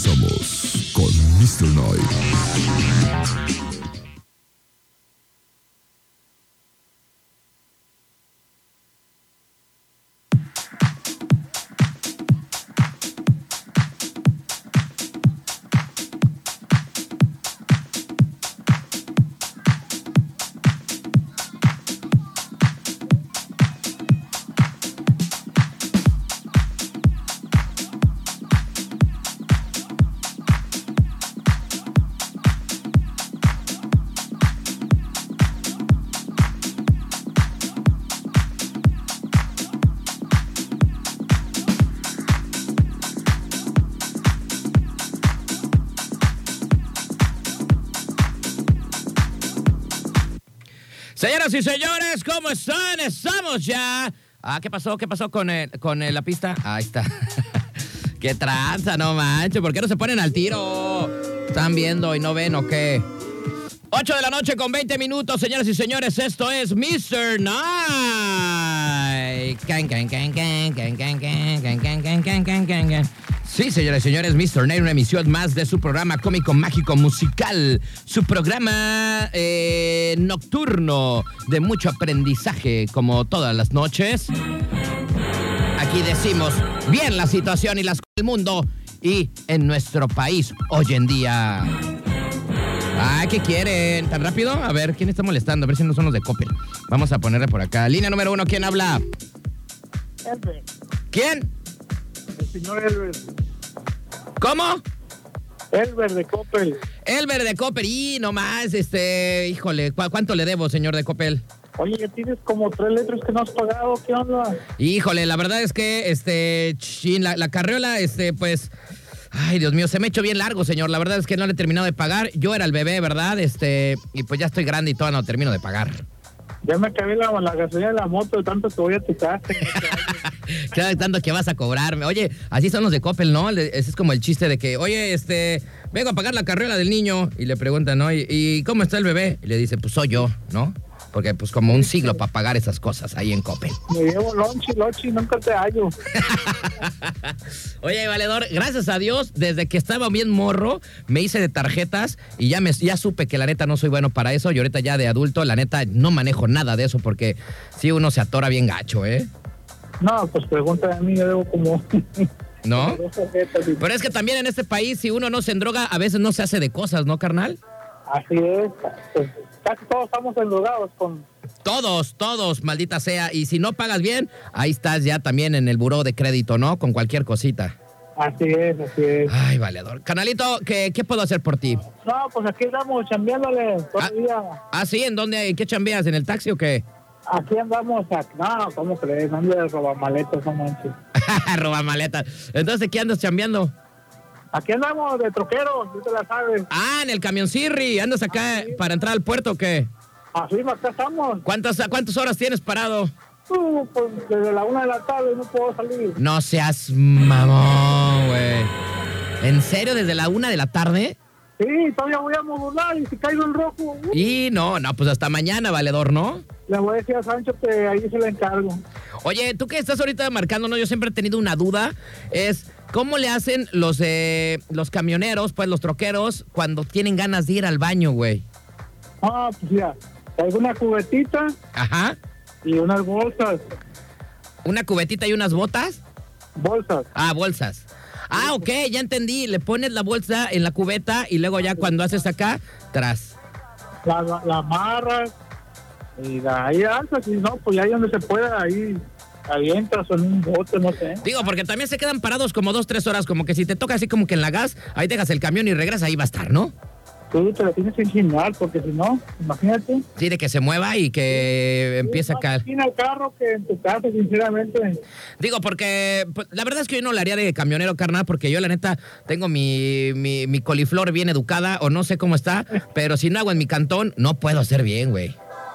Regresamos con Mr. Night. Señoras y señores, ¿cómo están? Estamos ya. ¿Qué pasó? ¿Qué pasó con la pista? Ahí está. ¡Qué tranza, no manches! ¿Por qué no se ponen al tiro? ¿Están viendo y no ven o qué? 8 de la noche con 20 minutos, señoras y señores. Esto es Mr. Night. Sí, señoras y señores, Mr. Night, una emisión más de su programa cómico, mágico, musical. Su programa nocturno de mucho aprendizaje, como todas las noches. Aquí decimos bien la situación y las cosas del mundo y en nuestro país hoy en día. ¿Qué quieren? ¿Tan rápido? A ver, ¿quién está molestando? A ver si no son los de Coppel. Vamos a ponerle por acá. Línea número 1, ¿quién habla? Elber. ¿Quién? El señor Elber. ¿Cómo? Elber de Coppel. Elber de Coppel. Y nomás, híjole, ¿cuánto le debo, señor de Coppel? Oye, ya tienes como 3 litros que no has pagado, ¿qué onda? Híjole, la verdad es que, la carriola, pues... Ay, Dios mío, se me ha hecho bien largo, señor. La verdad es que no le he terminado de pagar. Yo era el bebé, ¿verdad? Y pues ya estoy grande y todavía no termino de pagar. Ya me acabé la gasolina de la moto de tanto que voy a tu casa. Claro, de tanto que vas a cobrarme. Oye, así son los de Coppel, ¿no? Ese es como el chiste de que, oye, vengo a pagar la carriola del niño. Y le preguntan, ¿no? ¿Y cómo está el bebé? Y le dice, pues soy yo, ¿no? Porque pues como un siglo para pagar esas cosas ahí en Coppel. Me llevo lonchi, nunca te hallo. Oye, valedor, gracias a Dios, desde que estaba bien morro, me hice de tarjetas y ya supe que la neta no soy bueno para eso. Y ahorita ya de adulto, la neta, no manejo nada de eso porque sí uno se atora bien gacho, ¿eh? No, pues pregúntame a mí, yo debo como... ¿No? Pero es que también en este país, si uno no se endroga, a veces no se hace de cosas, ¿no, carnal? Así es, pues casi todos estamos endrogados con... Todos, maldita sea. Y si no pagas bien, ahí estás ya también en el buró de crédito, ¿no? Con cualquier cosita. Así es. Ay, valedor. Canalito, ¿qué puedo hacer por ti? No, pues aquí estamos chambeándole todo el día. ¿Sí? ¿En qué chambeas? ¿En el taxi o qué? Aquí andamos, no, ¿cómo crees? Ando de robamaletas, no manches. Robamaletas. Entonces, ¿qué andas chambeando? Aquí andamos de troqueros, tú te la sabes. En el camioncirri. ¿Andas acá para entrar al puerto o qué? Así, acá estamos. ¿Cuántas horas tienes parado? Pues desde la 1 de la tarde no puedo salir. No seas mamón, güey. ¿En serio? ¿Desde la 1 de la tarde? Sí, todavía voy a modular y si caigo en rojo. Y no, pues hasta mañana, valedor, ¿no? Le voy a decir a Sancho que ahí se le encargo. Oye, tú que estás ahorita marcándonos, yo siempre he tenido una duda, es ¿cómo le hacen los camioneros, pues los troqueros, cuando tienen ganas de ir al baño, güey? Pues ya, traigo una cubetita. Ajá. Y unas bolsas. ¿Una cubetita y unas botas? Bolsas. Bolsas. Ok, ya entendí. Le pones la bolsa en la cubeta y luego ya cuando haces acá, tras. La amarras y ahí alzas y no, pues ahí donde se pueda, ahí entras en un bote, no sé. Digo, porque también se quedan parados como 2-3 horas, como que si te toca así como que en la gas, ahí dejas el camión y regresas, ahí va a estar, ¿no? Tú te la tienes que ingeniar, porque si no, imagínate. Sí, de que se mueva y que empiece a caer. Más el carro que en tu casa, sinceramente. Digo, porque pues, la verdad es que yo no la haría de camionero, carnal, porque yo la neta tengo mi coliflor bien educada, o no sé cómo está, pero si no hago en mi cantón, no puedo hacer bien, güey.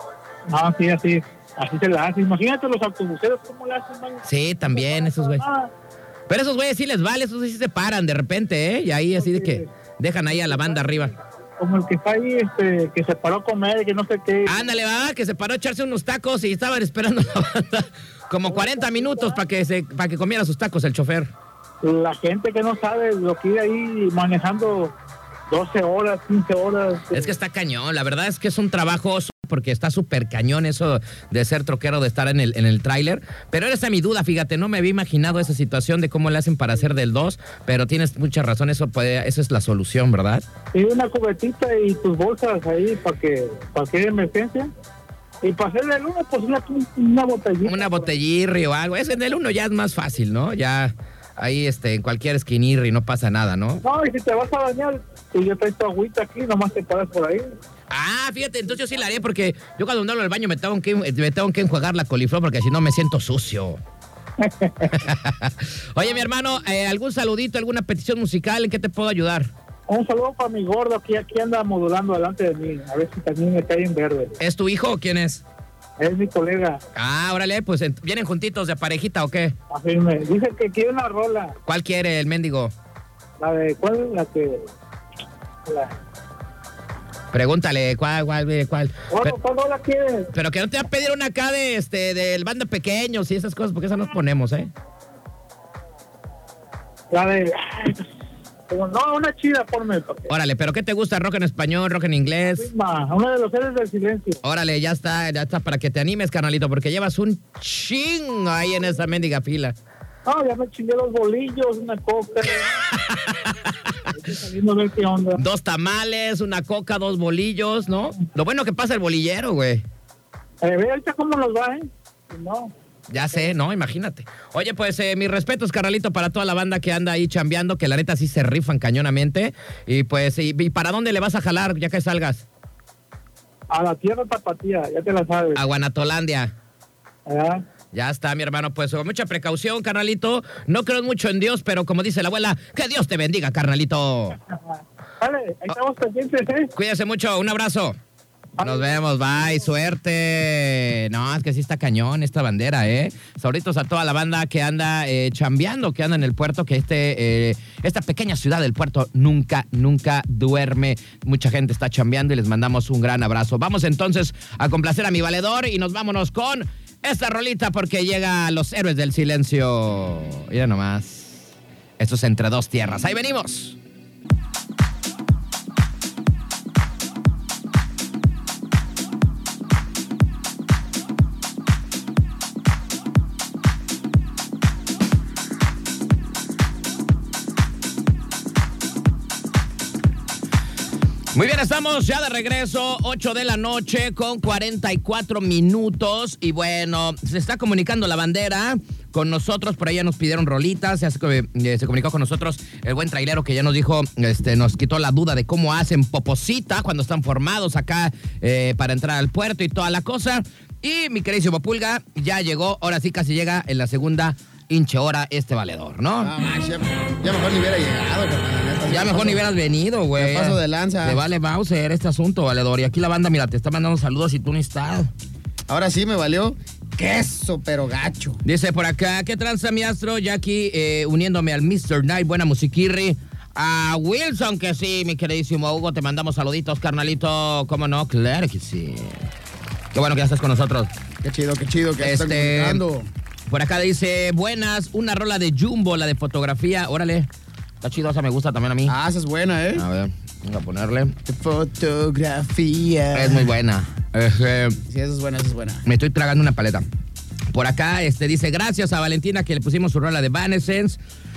Sí, así se la hace. Imagínate los autobuseros, ¿cómo la hacen, man? Sí, también, esos güeyes. Pero esos güeyes sí les vale, esos sí se paran de repente, ¿eh? Y ahí así de que dejan ahí a la banda arriba. Como el que está ahí, que se paró a comer, que no sé qué. Ándale, va, que se paró a echarse unos tacos y estaban esperando a la banda como 40 minutos para que comiera sus tacos el chofer. la gente que no sabe lo que ir ahí manejando 12 horas, 15 horas. Es que está cañón, la verdad es que es un trabajo porque está súper cañón eso de ser troquero, de estar en el tráiler. Pero esa es mi duda, fíjate, no me había imaginado esa situación de cómo le hacen para hacer del 2, pero tienes mucha razón, eso es la solución, ¿verdad? Y una cubetita y tus bolsas ahí para cualquier emergencia. Y para hacer del 1, pues una botellita. Una botellirri o algo. Ese del 1 ya es más fácil, ¿no? Ya ahí en cualquier esquinirri no pasa nada, ¿no? No, y si te vas a bañar, y yo traigo tu agüita aquí, nomás te paras por ahí. Ah, fíjate, entonces yo sí la haré porque yo cuando ando en el baño me tengo que enjuagar la coliflor porque si no me siento sucio. Oye, mi hermano, ¿algún saludito, alguna petición musical? ¿En qué te puedo ayudar? Un saludo para mi gordo, aquí anda modulando delante de mí, a ver si también me cae en verde. ¿Es tu hijo o quién es? Es mi colega. Ah, órale, pues ¿vienen juntitos de parejita o qué? Así me dice que quiere una rola. ¿Cuál quiere el mendigo? La de, ¿cuál es la que...? Pregúntale, ¿cuál? ¿Cuál rola quieres? Pero que no te va a pedir una acá del banda pequeños y esas cosas, porque esas nos ponemos, ¿eh? La de... No, una chida, ponme. Órale, ¿pero qué te gusta? ¿Rock en español, rock en inglés? Una de los seres del silencio. Órale, ya está, para que te animes, carnalito, porque llevas un ching ahí en esa mendiga fila. No, ya me chingué los bolillos, una coca. Estoy saliendo a ver qué onda. 2 tamales, una coca, 2 bolillos, ¿no? Lo bueno que pasa el bolillero, güey. Ve ahorita cómo nos va, ¿eh? No. Ya sé, no, imagínate. Oye, pues mis respetos, carnalito, para toda la banda que anda ahí chambeando, que la neta sí se rifan cañonamente. Y pues, ¿y para dónde le vas a jalar ya que salgas? A la tierra tapatía, ya te la sabes. A Guanatolandia. ¿Ah? Ya está, mi hermano, pues con mucha precaución, carnalito. No creo mucho en Dios, pero como dice la abuela, que Dios te bendiga, carnalito. Vale, ahí estamos pendientes, ¿eh? Cuídese mucho, un abrazo. Nos vemos, bye, suerte. No, es que sí está cañón esta bandera, ¿eh? Saluditos a toda la banda que anda chambeando, que anda en el puerto, que esta pequeña ciudad del puerto nunca duerme. Mucha gente está chambeando y les mandamos un gran abrazo. Vamos entonces a complacer a mi valedor y nos vámonos con esta rolita porque llega Los Héroes del Silencio. Mira nomás. Esto es Entre Dos Tierras. Ahí venimos. Muy bien, estamos ya de regreso, 8 de la noche con 44 minutos. Y bueno, se está comunicando la bandera con nosotros, por ahí ya nos pidieron rolitas, se comunicó con nosotros el buen trailero que ya nos dijo, nos quitó la duda de cómo hacen poposita cuando están formados acá para entrar al puerto y toda la cosa. Y mi queridísimo Pulga ya llegó, ahora sí casi llega en la segunda hinche hora este valedor, ¿no? Ya mejor ni hubiera llegado, carnal. Ya mejor ni hubieras venido, güey. Me paso de lanza. Te vale Bowser este asunto, valedor. Y aquí la banda, mira, te está mandando saludos y tú ni estás. Ahora sí me valió queso, pero gacho. Dice por acá, ¿qué tranza, mi astro? Ya aquí uniéndome al Mr. Night, buena musiquirri. A Wilson, que sí, mi queridísimo Hugo, te mandamos saluditos, carnalito. ¿Cómo no? Claro que sí. Qué bueno que ya estás con nosotros. Qué chido que están comunicando. Por acá dice, buenas, una rola de Jumbo, la de fotografía. Órale. Está chido, esa me gusta también a mí. Ah, esa es buena, ¿eh? A ver, venga a ponerle. Fotografía. Es muy buena. Sí, esa es buena. Me estoy tragando una paleta. Por acá dice, gracias a Valentina que le pusimos su rola de Evanescence.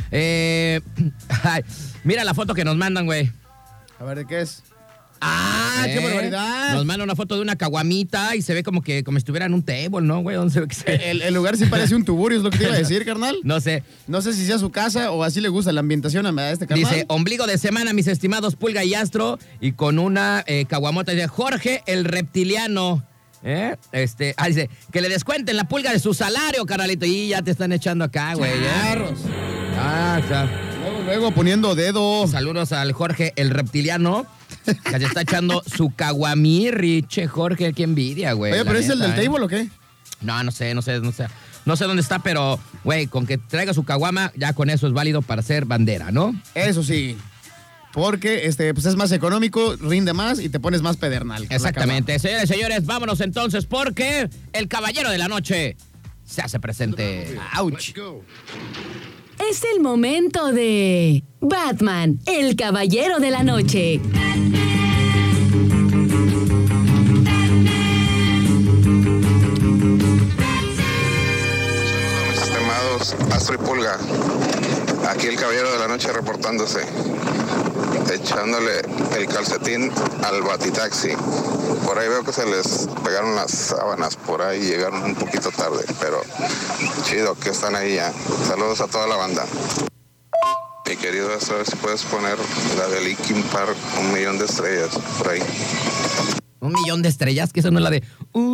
Mira la foto que nos mandan, güey. A ver, ¿de qué es? ¡Ah, qué barbaridad! Nos manda una foto de una caguamita y se ve como estuviera en un table, ¿no, güey? ¿Dónde se ve que se... El lugar sí parece un tuburio, es lo que te iba a decir, carnal. No sé. No sé si sea su casa o así le gusta la ambientación a este carnal. Dice, ombligo de semana, mis estimados Pulga y Astro, y con una caguamota. Dice, Jorge el reptiliano. Dice, que le descuenten la pulga de su salario, carnalito. Y ya te están echando acá, güey. Charros. Está. Luego poniendo dedo. Saludos al Jorge el reptiliano, que se está echando su caguamirri. Che, Jorge, qué envidia, güey. Oye, ¿pero es el del table o qué? No sé. No sé dónde está, pero, güey, con que traiga su caguama, ya con eso es válido para ser bandera, ¿no? Eso sí. Porque pues es más económico, rinde más y te pones más pedernal. Exactamente. Señores, vámonos entonces porque el caballero de la noche se hace presente. ¡Auch! Es el momento de Batman, el Caballero de la Noche. Mis estimados Astro y Pulga, aquí el Caballero de la Noche reportándose, echándole el calcetín al batitaxi. Por ahí veo que se les pegaron las sábanas, por ahí llegaron un poquito tarde, pero chido que están ahí ya. Saludos a toda la banda. Mi querido, a ver si puedes poner la de Linkin Park, 1,000,000 de estrellas, por ahí. 1,000,000 de estrellas, que esa no es la de...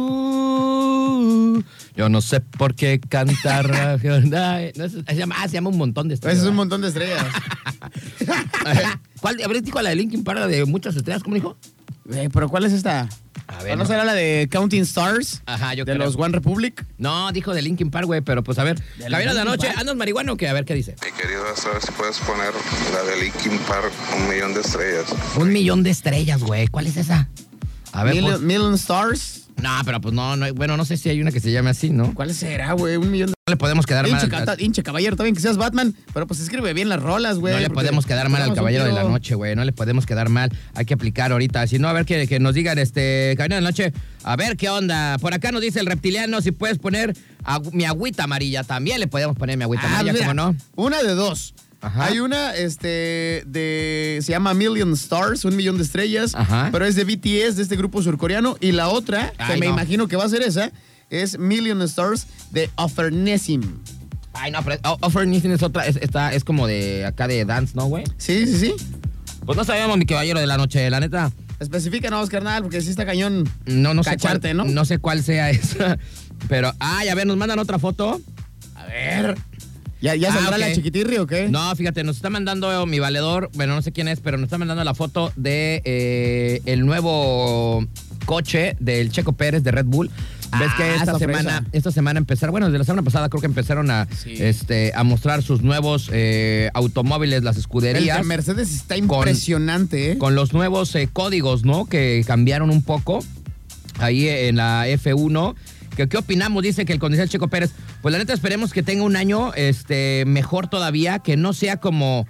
yo no sé por qué cantar... No, se llama Un Montón de Estrellas. Ese es Un Montón de Estrellas. ¿Cuál? A ver, dijo la de Linkin Park, la de Muchas Estrellas, ¿cómo dijo? ¿Pero cuál es esta? A ver, ¿No será la de Counting Stars? Ajá, yo de creo. los One Republic. No, dijo de Linkin Park, güey, pero pues a ver. Caballero de la Noche, ¿andas marihuana o qué? A ver qué dice. Mi querido, a ver si puedes poner la de Linkin Park, 1,000,000 de estrellas. 1,000,000 de estrellas, güey. ¿Cuál es esa? A ver, pues. Million Stars. No, pero pues no, bueno, no sé si hay una que se llame así, ¿no? ¿Cuál será, güey? 1,000,000 de... No le podemos quedar mal. Hinche caballero, está bien que seas Batman, pero pues escribe bien las rolas, güey. No le podemos quedar mal al Caballero de la Noche, güey. No le podemos quedar mal. Hay que aplicar ahorita. Si no, a ver que nos digan, Caballero de la Noche. A ver qué onda. Por acá nos dice el reptiliano si puedes poner mi agüita amarilla. También le podemos poner mi agüita amarilla, mira, ¿cómo no? Una de dos. Ajá. Hay una, se llama Million Stars, 1,000,000 de estrellas, Ajá. pero es de BTS, de este grupo surcoreano, y la otra, Ay, que me no. imagino que va a ser esa, es Million Stars de Offernessim. Ay, no, pero Offer Nissen es otra, es como de acá de dance, ¿no, güey? Sí. Pues no sabíamos, mi Caballero de la Noche, la neta. Especifícanos, carnal, porque sí está cañón No sé cacharte, cuál, ¿no? No sé cuál sea esa. Pero, a ver, nos mandan otra foto. A ver. ¿Ya saldrá ok. la chiquitirri o qué? No, fíjate, nos está mandando mi valedor, bueno, no sé quién es, pero nos está mandando la foto de el nuevo coche del Checo Pérez de Red Bull. Ves que esta semana empezaron, bueno, desde la semana pasada creo que empezaron a mostrar sus nuevos automóviles, las escuderías. El de Mercedes está impresionante, con los nuevos códigos, ¿no? Que cambiaron un poco ahí en la F1. ¿Qué opinamos? Dice que el conductor Checo Pérez, pues la neta esperemos que tenga un año mejor todavía, que no sea como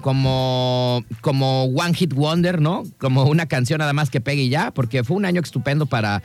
One Hit Wonder, ¿no? Como una canción nada más que pegue y ya, porque fue un año estupendo para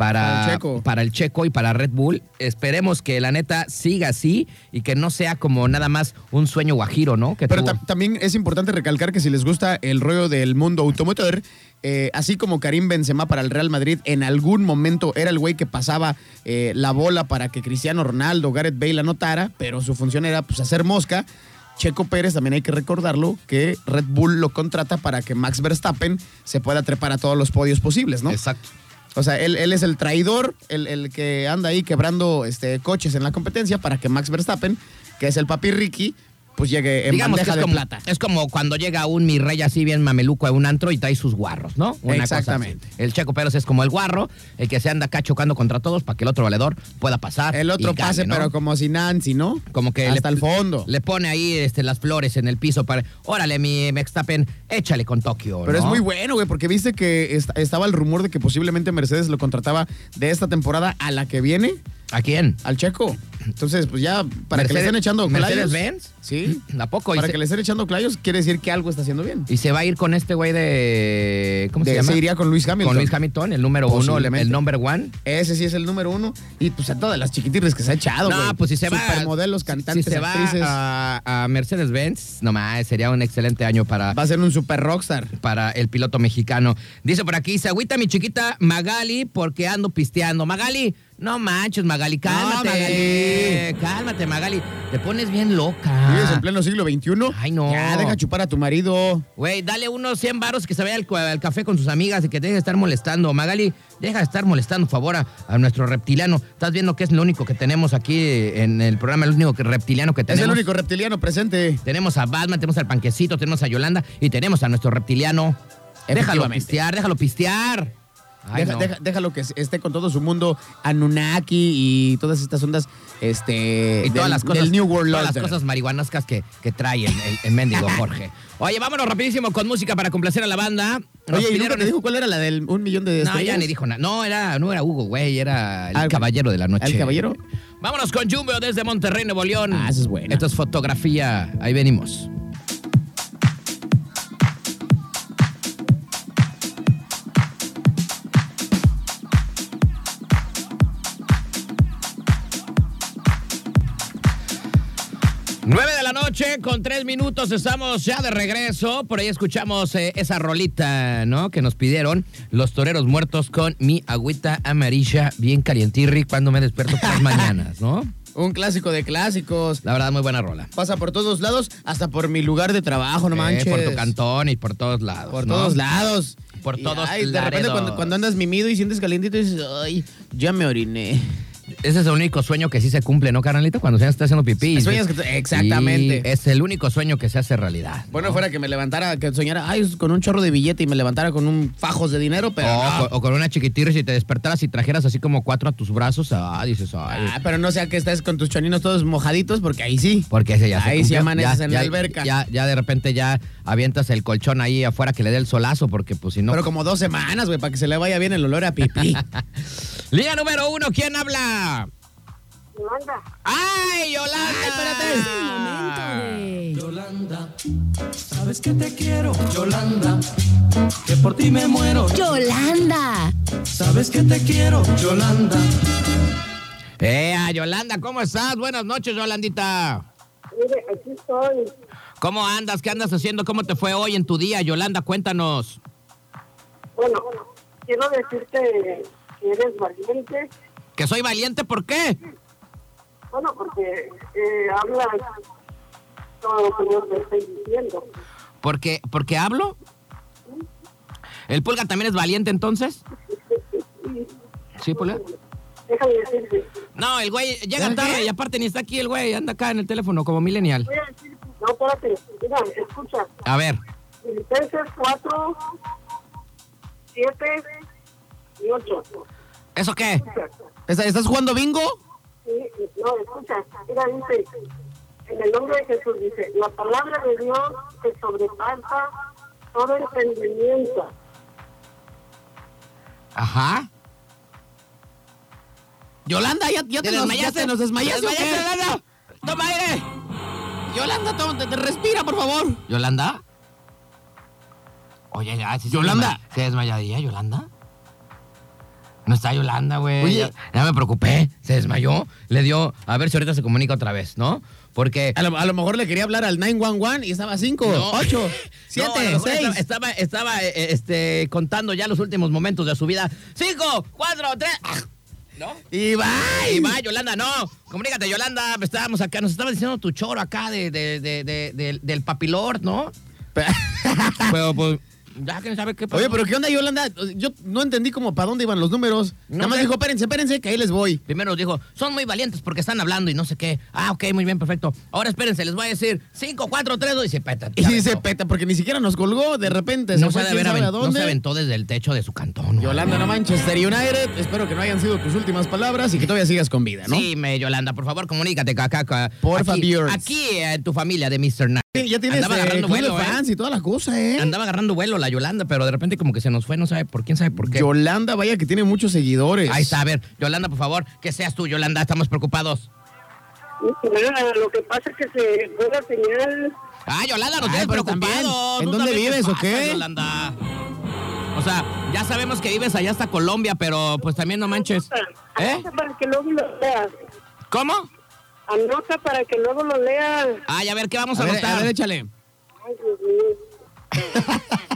el Checo y para Red Bull. Esperemos que la neta siga así y que no sea como nada más un sueño guajiro, ¿no? Pero también es importante recalcar que si les gusta el rollo del mundo automotor, así como Karim Benzema para el Real Madrid en algún momento era el güey que pasaba la bola para que Cristiano Ronaldo, Gareth Bale anotara, pero su función era pues hacer mosca. Checo Pérez, también hay que recordarlo, que Red Bull lo contrata para que Max Verstappen se pueda trepar a todos los podios posibles, ¿no? Exacto. O sea, él es el traidor, el que anda ahí quebrando coches en la competencia para que Max Verstappen, que es el papi Ricky, pues llegue en bandeja de plata. Es como cuando llega un mi rey así bien mameluco a un antro y trae sus guarros, ¿no? Exactamente. El Checo Pérez es como el guarro, el que se anda acá chocando contra todos para que el otro valedor pueda pasar. El otro pase, ¿no? Pero como si Nancy, ¿no? Como que hasta el fondo. Le pone ahí las flores en el piso para... Órale, mi Verstappen, échale con Tokio, Pero ¿no? es muy bueno, güey, porque viste que estaba el rumor de que posiblemente Mercedes lo contrataba de esta temporada a la que viene. ¿A quién? Al Checo. Entonces, pues ya, para que le estén echando clayos. ¿Mercedes-Benz? Sí. ¿A poco? Para que le estén echando clayos, quiere decir que algo está haciendo bien. Y se va a ir con este güey de... ¿Cómo se llama? Se iría con Luis Hamilton. Con Luis Hamilton, el número uno, el number one. Ese sí es el número uno. Y pues a todas las chiquitirres que se ha echado, güey. No, pues si se va... Supermodelos, cantantes, si se actrices. va a Mercedes-Benz, nomás, sería un excelente año para... Va a ser un super rockstar. Para el piloto mexicano. Dice por aquí, se agüita mi chiquita Magali porque ando pisteando. Magali... No manches, Magali, cálmate. No, Magali. Cálmate, Magali. Te pones bien loca. ¿Vives en pleno siglo XXI? Ay, no. Ya, deja chupar a tu marido. Güey, dale unos 100 varos que se vaya al café con sus amigas y que deje de estar molestando. Magali, deja de estar molestando, por favor, a nuestro reptiliano. Estás viendo que es lo único que tenemos aquí en el programa, el único reptiliano que tenemos. Es el único reptiliano presente. Tenemos a Batman, tenemos al Panquecito, tenemos a Yolanda y tenemos a nuestro reptiliano. Déjalo pistear. Ay, déjalo que esté con todo su mundo Anunnaki y todas estas ondas y todas las cosas, del New World todas Order. las cosas marihuanoscas que trae el mendigo Jorge. Oye, vámonos rapidísimo con música para complacer a la banda. Oye, ¿y nunca te dijo cuál era la del 1,000,000 de estrellas? No, ya ni dijo nada. No era Hugo, güey, era el Caballero de la Noche. ¿El Caballero? Vámonos con Jumbo desde Monterrey, Nuevo León. Ah, esa es buena. Esto es Fotografía. Ahí venimos. Nueve de la noche con 3 minutos, estamos ya de regreso. Por ahí escuchamos esa rolita, ¿no? Que nos pidieron los toreros muertos con mi agüita amarilla bien calientirri cuando me despierto por las mañanas, ¿no? Un clásico de clásicos. La verdad, muy buena rola. Pasa por todos lados, hasta por mi lugar de trabajo, no manches. Por tu cantón y por todos lados. Por ¿no? todos lados. Por Y, todos ay, de repente Laredos. cuando andas mimido y sientes calientito, dices, ay, ya me oriné. Ese es el único sueño que sí se cumple, ¿no, carnalito? Cuando se está haciendo pipí. Sueñas que exactamente. Y es el único sueño que se hace realidad. Bueno, fuera que me levantara, que soñara, ay, con un chorro de billete y me levantara con un fajos de dinero, pero no. O con una chiquitirra, si te despertaras y trajeras así como 4 a tus brazos, dices, ay. Pero no sea que estés con tus choninos todos mojaditos, porque ahí sí. Porque ese ya se Ahí sí cumplió. amaneces en la alberca. Ya de repente ya avientas el colchón ahí afuera que le dé el solazo, porque pues si no... Pero como 2 semanas, güey, para que se le vaya bien el olor a pipí. Línea número 1, ¿quién habla? Yolanda. ¡Ay, Yolanda! Es momento de Yolanda, sabes que te quiero, Yolanda, que por ti me muero, Yolanda. sabes que te quiero, Yolanda. Yolanda, ¿cómo estás? Buenas noches, Yolandita. Mire, aquí estoy. ¿Cómo andas? ¿Qué andas haciendo? ¿Cómo te fue hoy en tu día, Yolanda? Cuéntanos. Bueno, quiero decirte que eres valiente. ¿Que soy valiente? ¿Por qué? Bueno, porque hablas todo lo que yo te estoy diciendo. ¿Porque hablo? ¿El Pulga también es valiente entonces? ¿Sí, Pulga? Déjame decirte. No, el güey llega tarde y aparte ni está aquí el güey, anda acá en el teléfono como millennial. Voy a decir, no, espérate. Mira, escucha. A ver, Filipenses 4, 7 y 8. ¿eso qué? ¿Estás jugando bingo? Sí, no, escucha. Mira, dice, en el nombre de Jesús, dice, la palabra de Dios que sobrepasa todo entendimiento. Ajá. Yolanda, ya te nos desmayaste. ¿O qué? Yolanda. ¡Toma aire! Yolanda, te respira, por favor. ¿Yolanda? Oye, ya, sí, Yolanda. ¿Se desmayadía, Yolanda? No está Yolanda, güey. Oye. Ya me preocupé. Se desmayó. Le dio... A ver si ahorita se comunica otra vez, ¿no? Porque... A lo mejor le quería hablar al 911 y estaba 5, No. 8, 7, No, a lo mejor 6. Estaba contando ya los últimos momentos de su vida. 5, 4, 3... ¿No? Y bye. Y va, Yolanda, no. Comunícate, Yolanda. Estábamos acá. Nos estaba diciendo tu choro acá del papilord, ¿no? Pero, pues... Ya que no sabe qué pasó. Oye, pero ¿qué onda, Yolanda? Yo no entendí como para dónde iban los números. No Nada más sé. dijo, espérense, que ahí les voy. Primero nos dijo, son muy valientes porque están hablando y no sé qué. Ah, ok, muy bien, perfecto. Ahora espérense, les voy a decir 5, 4, 3, 2 y se peta. Y se peta, porque ni siquiera nos colgó de repente. No se fue, se, quién sabe a no dónde. se aventó desde el techo de su cantón. ¿No? Yolanda, no Manchester United. Espero que no hayan sido tus últimas palabras y que todavía sigas con vida, ¿no? Sí, Yolanda, por favor, comunícate acá. Porfa, aquí, viewers. aquí tu familia de Mr. Night. Sí, ya tienes Andaba agarrando club vuelo, de fans y toda la cosa, ¿eh? Andaba agarrando vuelo la Yolanda, pero de repente como que se nos fue, no sabe por quién sabe por qué. Yolanda, vaya que tiene muchos seguidores. Ahí está, a ver, Yolanda, por favor, que seas tú, Yolanda, estamos preocupados. Mira, lo que pasa es que se fue la señal. Ah, Yolanda, nos Ay, tienes pero preocupados. también, ¿en ¿Tú dónde también vives qué o qué? pasa, Yolanda? O sea, ya sabemos que vives allá hasta Colombia, pero pues también no manches. ¿Eh? Anota para que luego lo leas. ¿Cómo? Anota para que luego lo leas. Ay, a ver, ¿qué vamos a a anotar? ver, échale. Ay, Dios mío.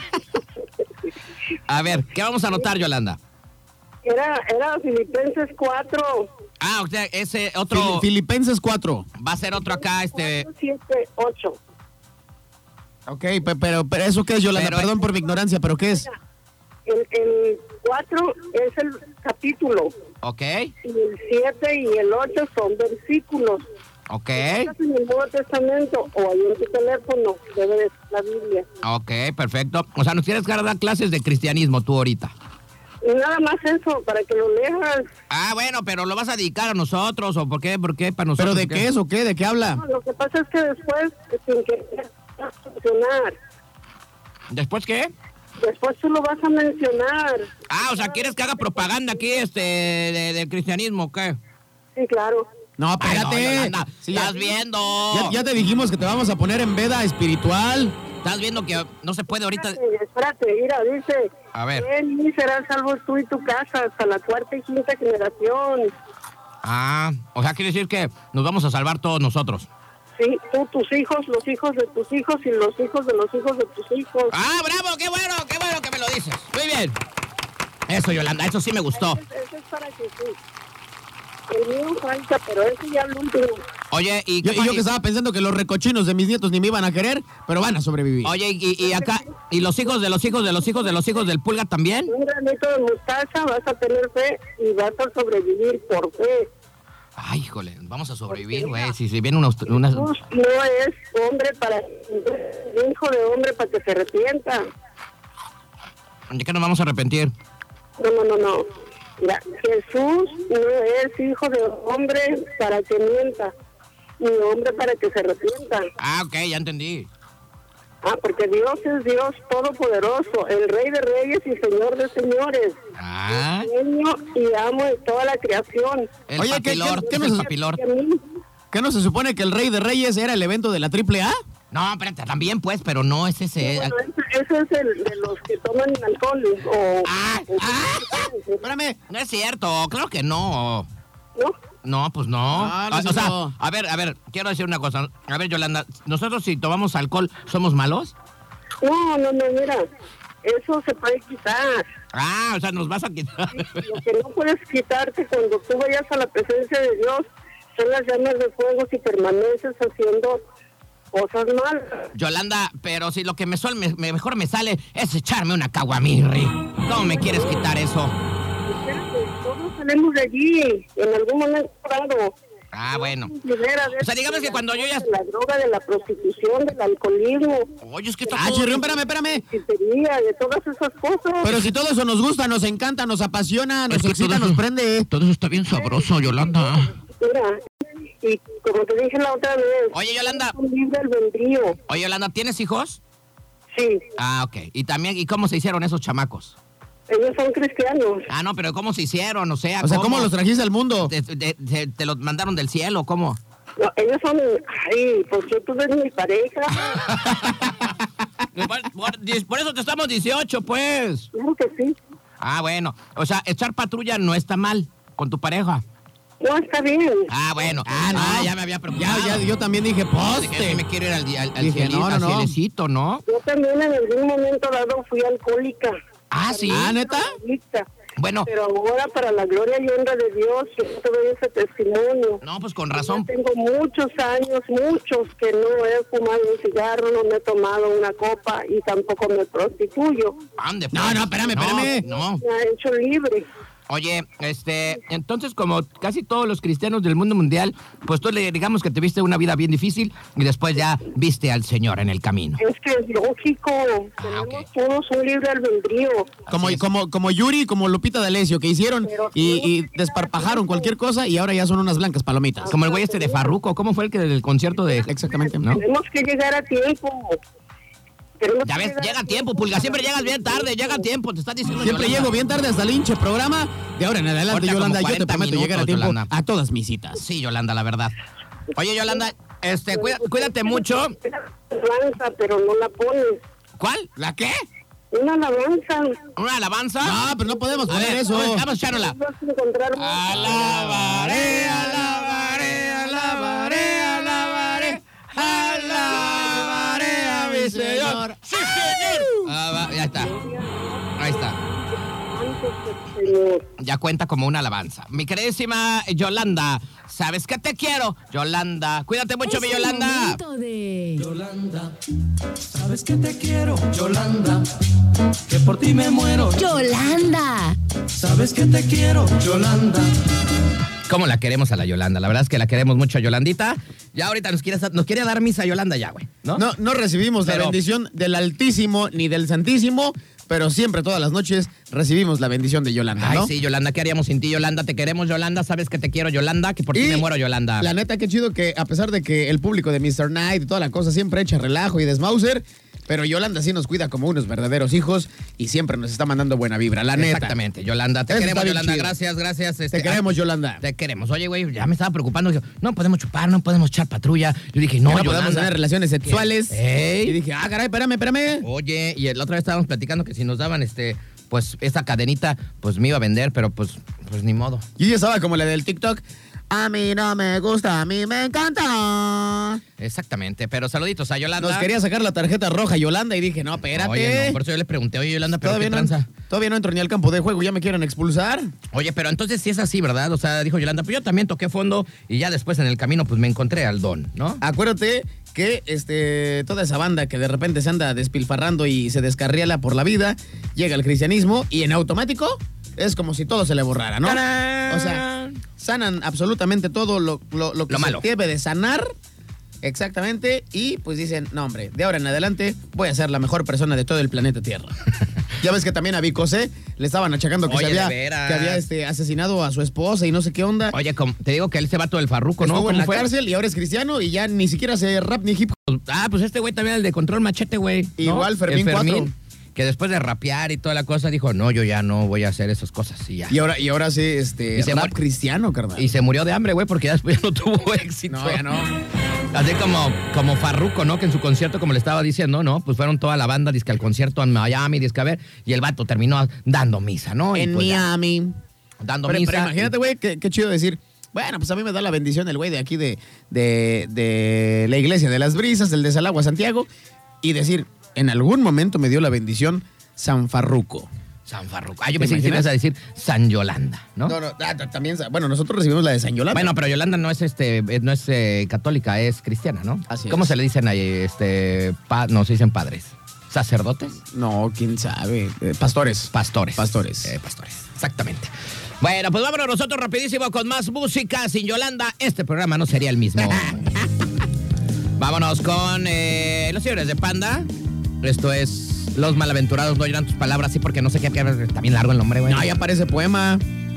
A ver, ¿qué vamos a anotar, Yolanda? Era Filipenses 4, Ah, o sea, ese otro... Filipenses 4. Va a ser otro acá, 7, 8. Ok, pero ¿eso qué es, Yolanda? Pero- Perdón por mi ignorancia, ¿pero qué es? El 4 es el capítulo. Ok, Y el 7 y el 8 son versículos. ok, Estás en el Nuevo Testamento o ahí en tu teléfono, debe de ser la Biblia. ok, perfecto. O sea, nos tienes que dar clases de cristianismo tú ahorita. Y nada más eso, para que lo leas. Ah, bueno, pero ¿lo vas a dedicar a nosotros o por qué? ¿Por qué para ¿Pero nosotros? de qué es o qué? ¿De qué habla? No, lo que pasa es que después, sin querer mencionar, ¿Después qué? después tú lo vas a mencionar. Ah, o sea, ¿quieres que haga propaganda aquí del cristianismo o qué? Sí, claro. No, espérate. Ay, no, Yolanda, Sí, estás ya- viendo. Ya te dijimos que te vamos a poner en veda espiritual. Estás viendo que no se puede ahorita. Espérate, mira, dice. A ver. En mí serán salvos tú y tu casa hasta la 4ª y 5ª generación. Ah, o sea, quiere decir que nos vamos a salvar todos nosotros. Sí, tú, tus hijos, los hijos de tus hijos y los hijos de los hijos de tus hijos. Ah, bravo, qué bueno que me lo dices. Muy bien. Eso, Yolanda, eso sí me gustó. Ese es para que sí. El mío falta, pero ese ya lo último. Oye, y Yo que estaba pensando que los recochinos de mis nietos ni me iban a querer, pero van a sobrevivir. Oye, y acá, y los hijos de los hijos de los hijos de los hijos del Pulga también. Un granito de mostaza, vas a tener fe y vas a sobrevivir por fe. Ay, híjole, vamos a sobrevivir, güey. Si vienen unas... Jesús no es hombre para... hijo de hombre para que se arrepienta. ¿De qué nos vamos a arrepentir? No. Mira, Jesús no es hijo de hombre para que mienta, ni hombre para que se arrepienta. Ah, ok, ya entendí. Ah, porque Dios es Dios todopoderoso, el Rey de Reyes y Señor de Señores. Ah, Dueño y amo de toda la creación. el Oye, papilor, ¿qué es nos- el papilor. Y a mí, ¿Qué no se supone que el Rey de Reyes era el evento de la AAA? No, espérate, también pues, pero no es ese. bueno, ese es el de los que toman alcohol o... Espérame. No es cierto, claro que no. ¿No? No, pues no. Ah, no es O sea, cierto. a ver, quiero decir una cosa. A ver, Yolanda, ¿nosotros si tomamos alcohol somos malos? No, mira, eso se puede quitar. Ah, o sea, nos vas a quitar. Lo que no puedes quitarte cuando tú vayas a la presencia de Dios son las llamas de fuego si permaneces haciendo cosas malas. Yolanda, pero si lo que mejor me sale es echarme una caguamirri. ¿Cómo me quieres quitar eso? Espérate, todos salimos de allí en algún momento dado. Ah, bueno. Libera de O sea, digamos que cuando yo ya... de la droga, de la prostitución, del alcoholismo, Oye, es que está Ah, todo- Chirrión, espérame. pizzería, de todas esas cosas. Pero si todo eso nos gusta, nos encanta, nos apasiona, nos Es que excita, todo nos eso- prende. Todo eso está bien sabroso, Yolanda. Mira, y como te dije la otra vez, Oye, Yolanda. es un libre albedrío. Oye, Yolanda, ¿tienes hijos? Sí, Ah, ok. Y también, ¿y cómo se hicieron esos chamacos? ellos son cristianos. Ah, no, pero ¿cómo se hicieron? O sea, O sea, ¿cómo los trajiste al mundo? ¿Te los mandaron del cielo? ¿Cómo? No, ellos son, ay, pues tú eres mi pareja. Por eso te estamos 18, pues. Claro que sí. Ah, bueno. O sea, echar patrulla no está mal con tu pareja. No, está bien. Ah, bueno. no. Ya me había preocupado. Ya, yo también dije, Dije, poste. me quiero ir al Dije, cielito, no, al no. cielecito, ¿no? Yo también en algún momento dado fui alcohólica. Ah, sí. Ah, ¿neta? Adicta. Bueno, Pero ahora, para la gloria y honra de Dios, yo te doy ese testimonio. no, pues con razón. Yo tengo muchos años, que no he fumado un cigarro, no me he tomado una copa y tampoco me prostituyo. Ande, No, pues. no, espérame. No. Me ha hecho libre. Oye, entonces como casi todos los cristianos del mundo mundial, pues tú le digamos que te viste una vida bien difícil y después ya viste al Señor en el camino. Es que es lógico. Tenemos ok. todos un libre albedrío. Como Yuri, como Lupita D'Alessio, que hicieron y desparpajaron cualquier cosa y ahora ya son unas blancas palomitas. Como el güey de Farruko, ¿cómo fue el que del concierto de...? Exactamente. ¿No? Tenemos que llegar a tiempo. Tenemos Ya que ves, llegar llega a tiempo, Pulga, siempre llegas bien tarde, llega a tiempo, te estás diciendo Siempre Yolanda. llego bien tarde hasta el hinche programa. De ahora en adelante, Ahorita Yolanda, como yo te 40 prometo llegar a minutos, tiempo Yolanda. a todas mis citas. Sí, Yolanda, la verdad. Oye, Yolanda, cuídate mucho. alabanza, pero no la pones. ¿Cuál? ¿La qué? Una alabanza. ¿Una alabanza? No, pero no podemos A poner ver, eso. Vamos, echándola. Vas a encontrar Alabaré, alabaré, alabaré, alabaré, alabaré a mi Señor. ¡Sí, señor! Ya está. Ahí está. Señor. Ya cuenta como una alabanza. Mi queridísima Yolanda, ¿sabes que te quiero? Yolanda, cuídate mucho, mi Es el Yolanda. momento de Yolanda, sabes que te quiero, Yolanda, que por ti me muero. Yolanda. Sabes que te quiero, Yolanda. ¿Cómo la queremos a la Yolanda? La verdad es que la queremos mucho a Yolandita. Ya ahorita nos quiere dar misa Yolanda ya, güey, ¿no? No recibimos la Pero- bendición del Altísimo ni del Santísimo, pero siempre todas las noches recibimos la bendición de Yolanda, Ay, ¿no? sí, Yolanda, ¿qué haríamos sin ti, Yolanda? Te queremos, Yolanda. Sabes que te quiero, Yolanda, que por ti me muero, Yolanda. La neta, qué chido que a pesar de que el público de Mr. Night y toda la cosa siempre echa relajo y desmauser, Pero Yolanda sí nos cuida como unos verdaderos hijos y siempre nos está mandando buena vibra, la neta. Exactamente, Yolanda. Te Eso queremos, está bien Yolanda. chido. Gracias. Te queremos, Yolanda. Te queremos. Oye, güey, ya me estaba preocupando. Dije, no podemos chupar, no podemos echar patrulla. Yo dije, no, No Yolanda. podemos tener relaciones sexuales. Ey. Y dije, caray, espérame. Oye, y la otra vez estábamos platicando que si nos daban pues esta cadenita, pues me iba a vender, pero pues ni modo. Y ella estaba como la del TikTok. A mí no me gusta, a mí me encanta. Exactamente, pero saluditos a Yolanda. Nos quería sacar la tarjeta roja Yolanda y dije, no, espérate. Oye, no, por eso yo le pregunté, oye, Yolanda, pero ¿qué tranza? Todavía no entro ni al campo de juego, ya me quieren expulsar. Oye, pero entonces sí es así, ¿verdad? O sea, dijo Yolanda, pues yo también toqué fondo y ya después en el camino pues me encontré al don, ¿no? Acuérdate que toda esa banda que de repente se anda despilfarrando y se descarriela por la vida, llega al cristianismo y en automático es como si todo se le borrara, ¿no? ¡Tarán! O sea, sanan absolutamente todo lo que Lo se malo. debe de sanar. Exactamente. Y pues dicen, no, hombre, de ahora en adelante voy a ser la mejor persona de todo el planeta Tierra. Ya ves que también a Vico C le estaban achacando que Oye, se de había, veras. asesinado a su esposa y no sé qué onda. Oye, te digo que él se vato del farruco, ¿no? Estuvo en ¿Cómo la fue? cárcel y ahora es cristiano y ya ni siquiera hace rap ni hip hop. Pues este güey también, el de Control Machete, güey. ¿no? Igual, Fermín El 4. Que después de rapear y toda la cosa dijo, no, yo ya no voy a hacer esas cosas y ya. Y ahora sí, Y se rap muere. cristiano, carnal. Y se murió de hambre, güey, porque ya después ya no tuvo éxito. No, ya no. Así como Farruko, ¿no? Que en su concierto, como le estaba diciendo, ¿no? Pues fueron toda la banda, disque al concierto en Miami, disque a ver, y el vato terminó dando misa, ¿no? Y En pues ya, Miami. dando Pero misa. imagínate, güey, qué chido decir. Bueno, pues a mí me da la bendición el güey de aquí de la iglesia de las Brisas, del de Salagua, Santiago, y decir, en algún momento me dio la bendición San Farruco. San Farruko. Yo ¿Te pensé que imaginas? ibas a decir San Yolanda, ¿no? No, también, bueno, nosotros recibimos la de San Yolanda. Bueno, pero Yolanda no es católica, es cristiana, ¿no? Así ¿Cómo es. se le dicen ahí, no se dicen padres? ¿Sacerdotes? No, quién sabe. Pastores. Pastores. Pastores. Pastores, exactamente. Bueno, pues vámonos nosotros rapidísimo con más música. Sin Yolanda, este programa no sería el mismo. Vámonos con los señores de Panda. Esto es Los Malaventurados No Lloran Tus Palabras, sí, porque no sé qué, está bien largo el nombre, güey. No, ya parece poema.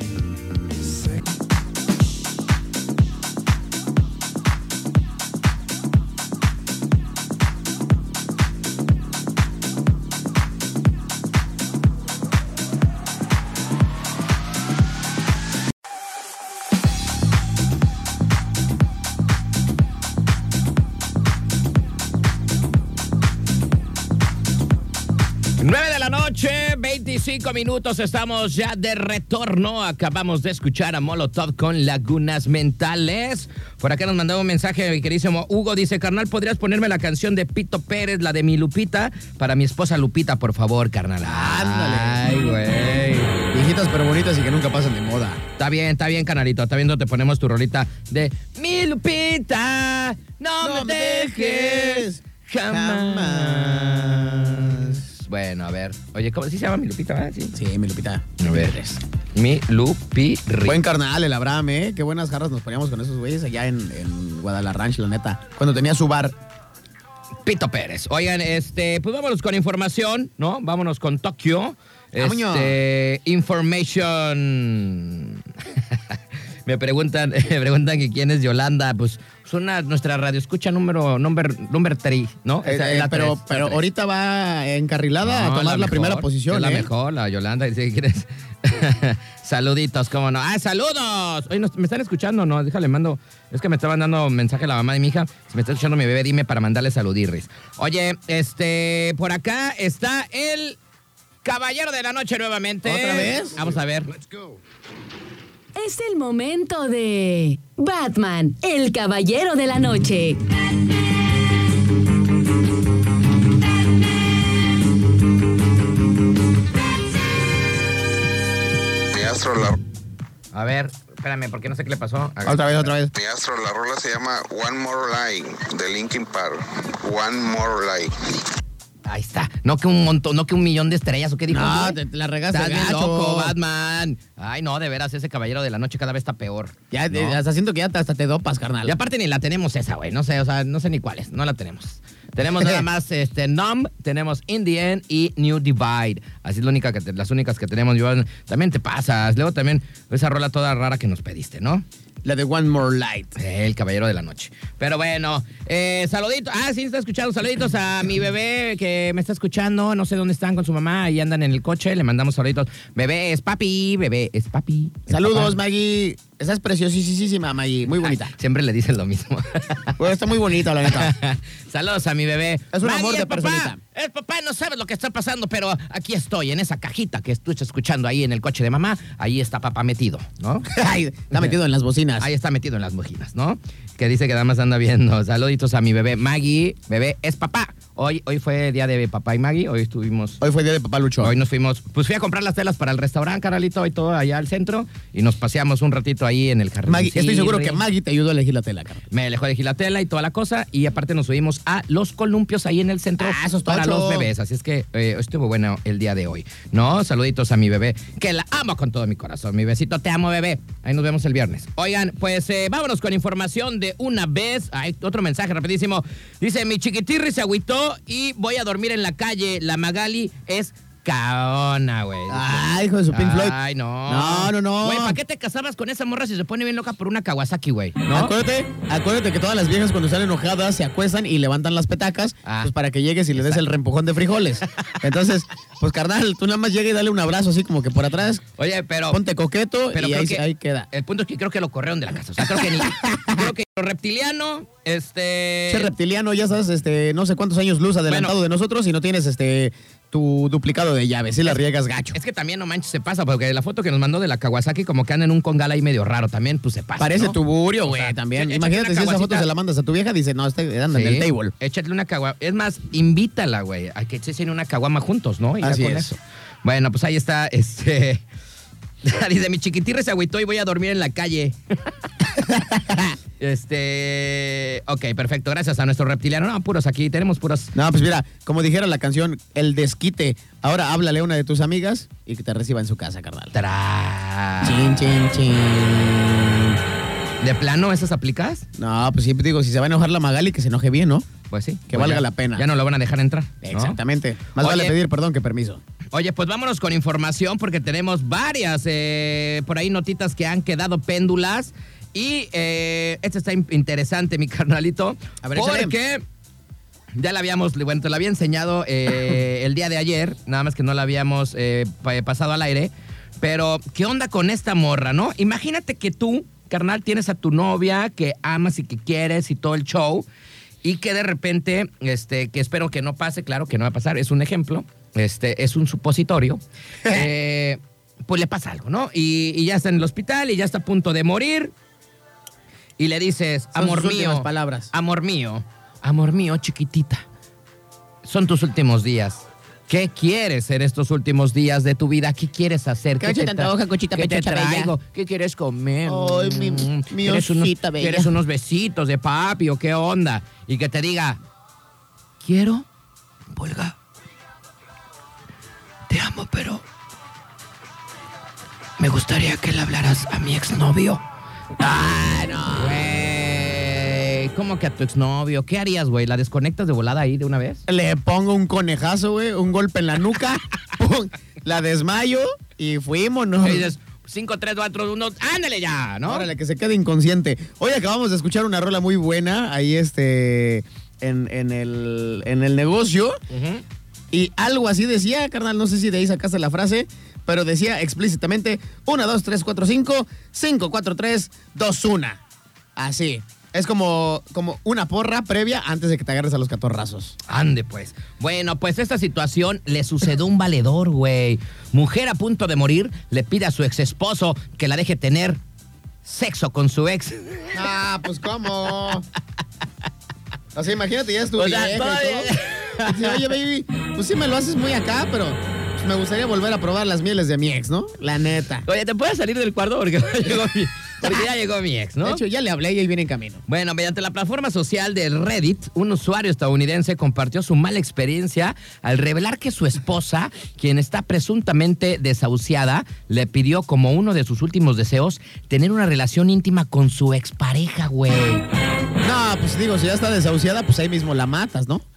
Nueve de la noche, 25 minutos, estamos ya de retorno. Acabamos de escuchar a Molotov con Lagunas Mentales. Por acá nos mandaba un mensaje mi queridísimo Hugo, dice, carnal, ¿podrías ponerme la canción de Pito Pérez, la de mi Lupita? Para mi esposa Lupita, por favor, carnal. Ándale. Ay, güey. Viejitas pero bonitas y que nunca pasan de moda. Está bien, canalito. Está viendo, te ponemos tu rolita de mi Lupita, no me dejes jamás. Bueno, a ver. Oye, ¿cómo sí se llama mi Lupita, verdad? Sí. Sí, mi Lupita. A ver. Mi Lupi Buen carnal, el Abraham, ¿eh? Qué buenas jarras nos poníamos con esos güeyes allá en Guadalajara, la neta. Cuando tenía su bar. Pito Pérez. Oigan, pues vámonos con información, ¿no? Vámonos con Tokio. Vámonos. Information. Me preguntan que quién es Yolanda. Pues nuestra radio escucha number 3, ¿no? Esa es la pero tres, la tres. ahorita va encarrilada No, a tomar la primera posición, es la ¿eh? mejor, la Yolanda. Dice que quieres. Saluditos, ¿cómo no? ¡Ah, saludos! Oye, ¿me están escuchando? No, déjale, mando. Es que me estaban dando mensaje a la mamá de mi hija. Si me está escuchando mi bebé, dime para mandarle saludirris. Oye, por acá está el Caballero de la Noche nuevamente. ¿Otra vez? Vamos a ver. Es el momento de Batman, el Caballero de la Noche. Mi astro, la A ver, espérame, porque no sé qué le pasó. Otra vez. Mi astro, la rola se llama One More Lie de Linkin Park. One More Lie. Ahí está. No que un montón, no que un millón de estrellas, ¿o qué dijo? No, güey? te la regaste, Estás bien gacho. loco, Batman. Ay, no, de veras, ese Caballero de la Noche cada vez está peor. Ya, ¿no? hasta siento que ya hasta te dopas, carnal. Y aparte ni la tenemos esa, güey. No sé, o sea, no sé ni cuál es. No la tenemos. Tenemos nada más Numb, tenemos In the End y New Divide. Así es las únicas que tenemos. También te pasas. Luego también esa rola toda rara que nos pediste, ¿no? La de One More Light. El caballero de la noche. Pero bueno, saluditos. Sí, está escuchando. Saluditos a mi bebé que me está escuchando. No sé dónde están con su mamá. Ahí andan en el coche. Le mandamos saluditos. Bebé es papi, bebé es papi. Saludos, papá. Maggie. Estás preciosísima, Maggie. Muy bonita. Siempre le dicen lo mismo. Pues está muy bonita, la neta. Saludos a mi bebé. Es un amor de personita. Papá, no sabes lo que está pasando, pero aquí estoy, en esa cajita que estás escuchando ahí en el coche de mamá. Ahí está papá metido, ¿no? Ay, está metido en las bocinas. Ahí está metido en las mojinas, ¿no? Que dice que nada más anda viendo. Saluditos a mi bebé Maggie. Bebé es papá. Hoy fue día de papá y Maggie. Hoy fue día de papá Lucho. Hoy nos fuimos, pues fui a comprar las telas para el restaurante, carnalito, y todo allá al centro. Y nos paseamos un ratito ahí en el jardín. Maggie, estoy seguro que Maggie te ayudó a elegir la tela, carnal. Me dejó elegir la tela y toda la cosa. Y aparte nos subimos a los columpios ahí en el centro para los bebés. Así es que estuvo bueno el día de hoy, ¿no? Saluditos a mi bebé, que la amo con todo mi corazón. Mi besito, te amo, bebé. Ahí nos vemos el viernes. Oigan, pues vámonos con información de una vez. Hay otro mensaje rapidísimo. Dice, mi chiquitirri se agüitó y voy a dormir en la calle. La Magali es caona, güey. Ay, hijo de su Pink Floyd. Ay, no. No. Güey, ¿para qué te casabas con esa morra si se pone bien loca por una Kawasaki, güey? ¿No? Acuérdate que todas las viejas cuando están enojadas se acuestan y levantan las petacas, pues para que llegues y le des el reempujón de frijoles. Entonces, pues carnal, tú nada más llega y dale un abrazo así como que por atrás. Oye, pero... Ponte coqueto y ahí queda. El punto es que creo que lo corrieron de la casa. O sea, creo que lo reptiliano, Che, reptiliano, ya sabes, no sé cuántos años luz adelantado de nosotros y no tienes tu duplicado de llaves, si la riegas gacho. Es que también, no manches, se pasa, porque la foto que nos mandó de la Kawasaki como que anda en un congal ahí medio raro también, pues se pasa, parece ¿no? tuburio, güey, también. Imagínate si esa foto se la mandas a tu vieja, dice, no, anda en el table. Échale una caguama. Es más, invítala, güey, a que echen una caguama juntos, ¿no? Y así ya con es. eso. Bueno, pues ahí está, Dice, mi chiquitirre se agüitó y voy a dormir en la calle. Ok, perfecto. Gracias a nuestro reptiliano. No, puros aquí, tenemos puros. No, pues mira, como dijera la canción, el desquite. Ahora háblale a una de tus amigas y que te reciba en su casa, carnal. Chin. ¿De plano esas aplicas? No, pues sí, digo, si se va a enojar la Magali, que se enoje bien, ¿no? Pues sí. Que valga la pena. Ya no lo van a dejar entrar, ¿no? Exactamente. Más vale pedir perdón que permiso. Oye, pues vámonos con información porque tenemos varias por ahí notitas que han quedado péndulas. Y este está interesante, mi carnalito. A ver, porque ya la habíamos, bueno, te la había enseñado el día de ayer, nada más que no la habíamos pasado al aire. Pero, ¿qué onda con esta morra, no? Imagínate que tú, carnal, tienes a tu novia que amas y que quieres y todo el show. Y que de repente, que espero que no pase, claro que no va a pasar, es un ejemplo, es un supositorio. Pues le pasa algo, ¿no? Y ya está en el hospital y ya está a punto de morir. Y le dices, amor mío, palabras. amor mío, chiquitita, son tus últimos días. ¿Qué quieres en estos últimos días de tu vida? ¿Qué quieres hacer? ¿Qué te antoja, cochita ¿Qué te pechocha traigo? bella? ¿Qué quieres comer? Ay, mi osita bella. ¿Quieres unos besitos de papi o qué onda? Y que te diga, quiero, Volga, te amo, pero me gustaría que le hablaras a mi exnovio. ¡Ah, no! Güey, ¿cómo que a tu exnovio? ¿Qué harías, güey? ¿La desconectas de volada ahí de una vez? Le pongo un conejazo, güey, un golpe en la nuca, pum, la desmayo y fuimos, ¿no? Y dices, 5, 3, 2, 1, ándale ya, ¿no? Órale, que se quede inconsciente. Hoy acabamos de escuchar una rola muy buena ahí en el negocio. Uh-huh. Y algo así decía, carnal, no sé si de ahí sacaste la frase, pero decía explícitamente 1, 2, 3, 4, 5, 5, 4, 3, 2, 1. Así. Es como una porra previa antes de que te agarres a los catorrazos. Ande, pues. Bueno, pues esta situación le sucedió a un valedor, güey. Mujer a punto de morir le pide a su ex esposo que la deje tener sexo con su ex. Ah, pues ¿cómo? O sea, imagínate, ya estuvo vieja y todo. Dice, oye, baby, pues sí me lo haces muy acá, pero pues me gustaría volver a probar las mieles de mi ex, ¿no? La neta. Oye, ¿te puedes salir del cuarto? Porque Porque ya llegó mi ex, ¿no? De hecho, ya le hablé y ahí viene en camino. Bueno, mediante la plataforma social de Reddit, un usuario estadounidense compartió su mala experiencia al revelar que su esposa, quien está presuntamente desahuciada, le pidió como uno de sus últimos deseos tener una relación íntima con su expareja, güey. No, pues digo, si ya está desahuciada, pues ahí mismo la matas, ¿no?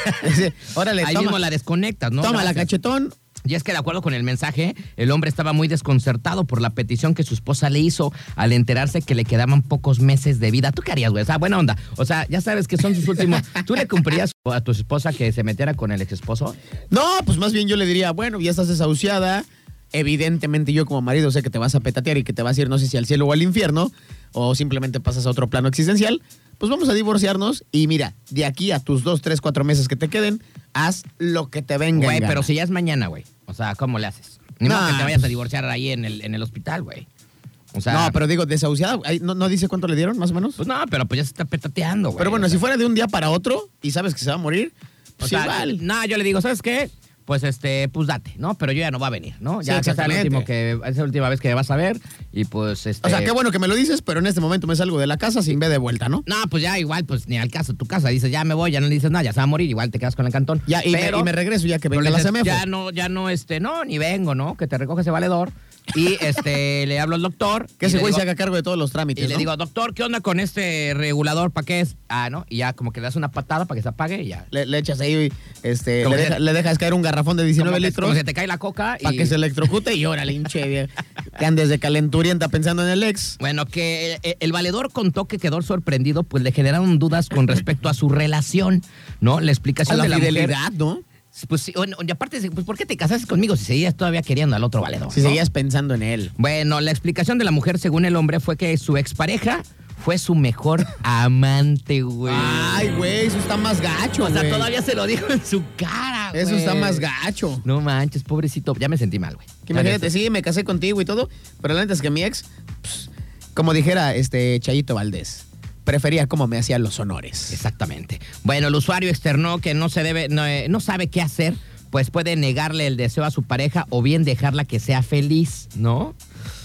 Órale, Ahí mismo la desconectas, ¿no? Toma la Gracias. cachetón. Y es que de acuerdo con el mensaje, el hombre estaba muy desconcertado por la petición que su esposa le hizo al enterarse que le quedaban pocos meses de vida. ¿Tú qué harías, güey? O sea, buena onda. O sea, ya sabes que son sus últimos... ¿Tú le cumplirías a tu esposa que se metiera con el ex esposo? No, pues más bien yo le diría, bueno, ya estás desahuciada. Evidentemente yo como marido sé que te vas a petatear y que te vas a ir no sé si al cielo o al infierno, o simplemente pasas a otro plano existencial. Pues vamos a divorciarnos y mira, de aquí a tus 2, 3, 4 meses que te queden, haz lo que te venga. Güey, en gana. pero si ya es mañana, güey. O sea, ¿cómo le haces? Ni modo que te vayas a divorciar ahí en el hospital, güey. O sea... No, pero digo, desahuciada, ¿no dice cuánto le dieron, más o menos? Pues no, pero pues ya se está petateando, güey. Pero bueno, o sea, si fuera de un día para otro y sabes que se va a morir, pues o sea, igual. no, yo le digo, ¿sabes qué? Pues pues date, ¿no? Pero yo ya no va a venir, ¿no? Sí, Ya que sea exactamente. es la última vez que vas a ver y pues O sea, qué bueno que me lo dices, pero en este momento me salgo de la casa sin ver de vuelta, ¿no? No, pues ya igual, pues ni al caso, tu casa, dices, ya me voy, ya no le dices nada, ya se va a morir, igual te quedas con el cantón. Ya, y me regreso ya que venga la CEMEFO. Ya no, no, ni vengo, ¿no? Que te recoge ese valedor. Y le hablo al doctor. Que y ese le güey digo- se haga cargo de todos los trámites, Y le ¿no? digo, doctor, ¿qué onda con este regulador? ¿Para qué es? Ah, ¿no? Y ya como que le das una patada para que se apague y ya. Le echas ahí, Como le dejas caer un garrafón de 19 como litros que se te cae la coca para y... que se electrocute y órale, hinche, vieja. Que andes de calenturienta pensando en el ex. Bueno, que el valedor contó que quedó sorprendido, pues le generaron dudas con respecto a su relación, ¿no? La A explicación la de la fidelidad, mujer... ¿no? Pues sí, bueno, y aparte, pues ¿por qué te casaste conmigo si seguías todavía queriendo al otro valedor? Si ¿no? seguías pensando en él. Bueno, la explicación de la mujer, según el hombre, fue que su expareja fue su mejor amante, güey. Ay, güey, eso está más gacho, O sea, güey. todavía se lo dijo en su cara, güey. Eso está más gacho. No manches, pobrecito. Ya me sentí mal, güey. Que imagínate, sí, me casé contigo y todo, pero la neta es que mi ex, pues, como dijera Chayito Valdés, prefería cómo me hacía los honores. Exactamente. Bueno, el usuario externó que no sabe qué hacer, pues puede negarle el deseo a su pareja o bien dejarla que sea feliz, ¿no?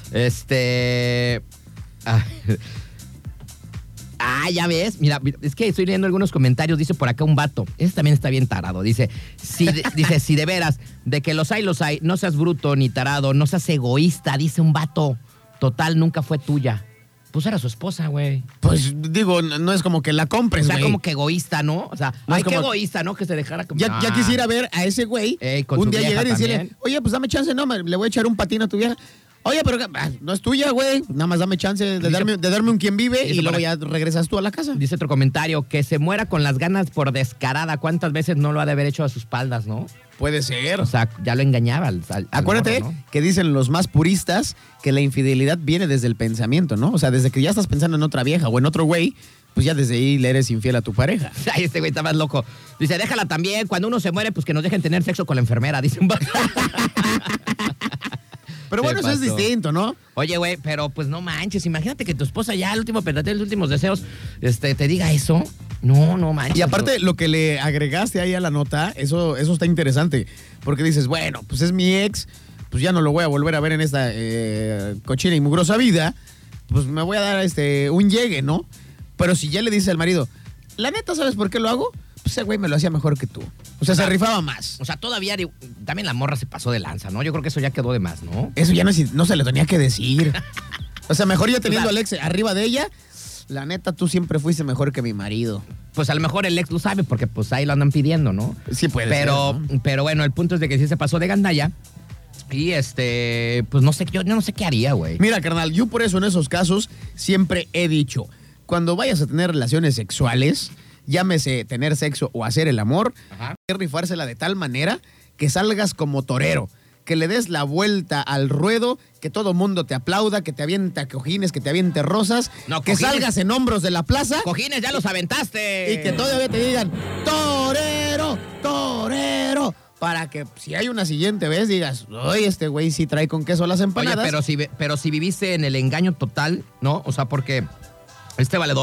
Ya ves, mira, es que estoy leyendo algunos comentarios, dice por acá un vato, ese también está bien tarado, dice, si de veras, de que los hay, no seas bruto ni tarado, no seas egoísta, dice un vato, total, nunca fue tuya. Pues era su esposa, güey. Pues digo, no es como que la O compres, sea, güey. como que egoísta, ¿no? O sea, No ay, es qué como- egoísta, ¿no? Que se dejara como... Ya quisiera ver a ese güey con un su día vieja llegar y decirle, también. oye, pues dame chance, no, le voy a echar un patín a tu vieja. Oye, pero no es tuya, güey. Nada más dame chance de darme un quien vive dice y luego por ya regresas tú a la casa. Dice otro comentario, que se muera con las ganas por descarada. ¿Cuántas veces no lo ha de haber hecho a sus espaldas, no? Puede ser. O sea, ya lo engañaba al Acuérdate morro, ¿no? que dicen los más puristas que la infidelidad viene desde el pensamiento, ¿no? O sea, desde que ya estás pensando en otra vieja o en otro güey, pues ya desde ahí le eres infiel a tu pareja. Ay, este güey está más loco. Dice, déjala también. Cuando uno se muere, pues que nos dejen tener sexo con la enfermera. Dice un vato. Pero bueno, eso es distinto, ¿no? Oye, güey, pero pues no manches. Imagínate que tu esposa ya, el último petateo, los últimos deseos, te diga eso. No manches. Y aparte, lo que le agregaste ahí a la nota, eso está interesante. Porque dices, bueno, pues es mi ex, pues ya no lo voy a volver a ver en esta cochina y mugrosa vida. Pues me voy a dar un llegue, ¿no? Pero si ya le dice al marido, la neta, ¿sabes por qué lo hago? Pues ese güey me lo hacía mejor que tú. O sea, se rifaba más. O sea, todavía también la morra se pasó de lanza, ¿no? Yo creo que eso ya quedó de más, ¿no? Eso ya no se le tenía que decir. O sea, mejor ya teniendo al ex arriba de ella, la neta, tú siempre fuiste mejor que mi marido. Pues a lo mejor el ex lo sabe porque pues ahí lo andan pidiendo, ¿no? Sí puede ser, ¿no? Pero bueno, el punto es de que sí se pasó de gandalla. Y pues no sé, yo no sé qué haría, güey. Mira, carnal, yo por eso en esos casos siempre he dicho, cuando vayas a tener relaciones sexuales, llámese tener sexo o hacer el amor, Ajá. hay que rifársela de tal manera que salgas como torero, que le des la vuelta al ruedo, que todo mundo te aplauda, que te aviente cojines, que te aviente rosas, No, que cojines. salgas en hombros de la plaza Cojines, ya los aventaste. y que todavía te digan, torero, torero, para que si hay una siguiente vez digas, oye, este güey sí trae con queso las Oye, empanadas. pero si viviste en el engaño total, ¿no? O sea, porque este valedor,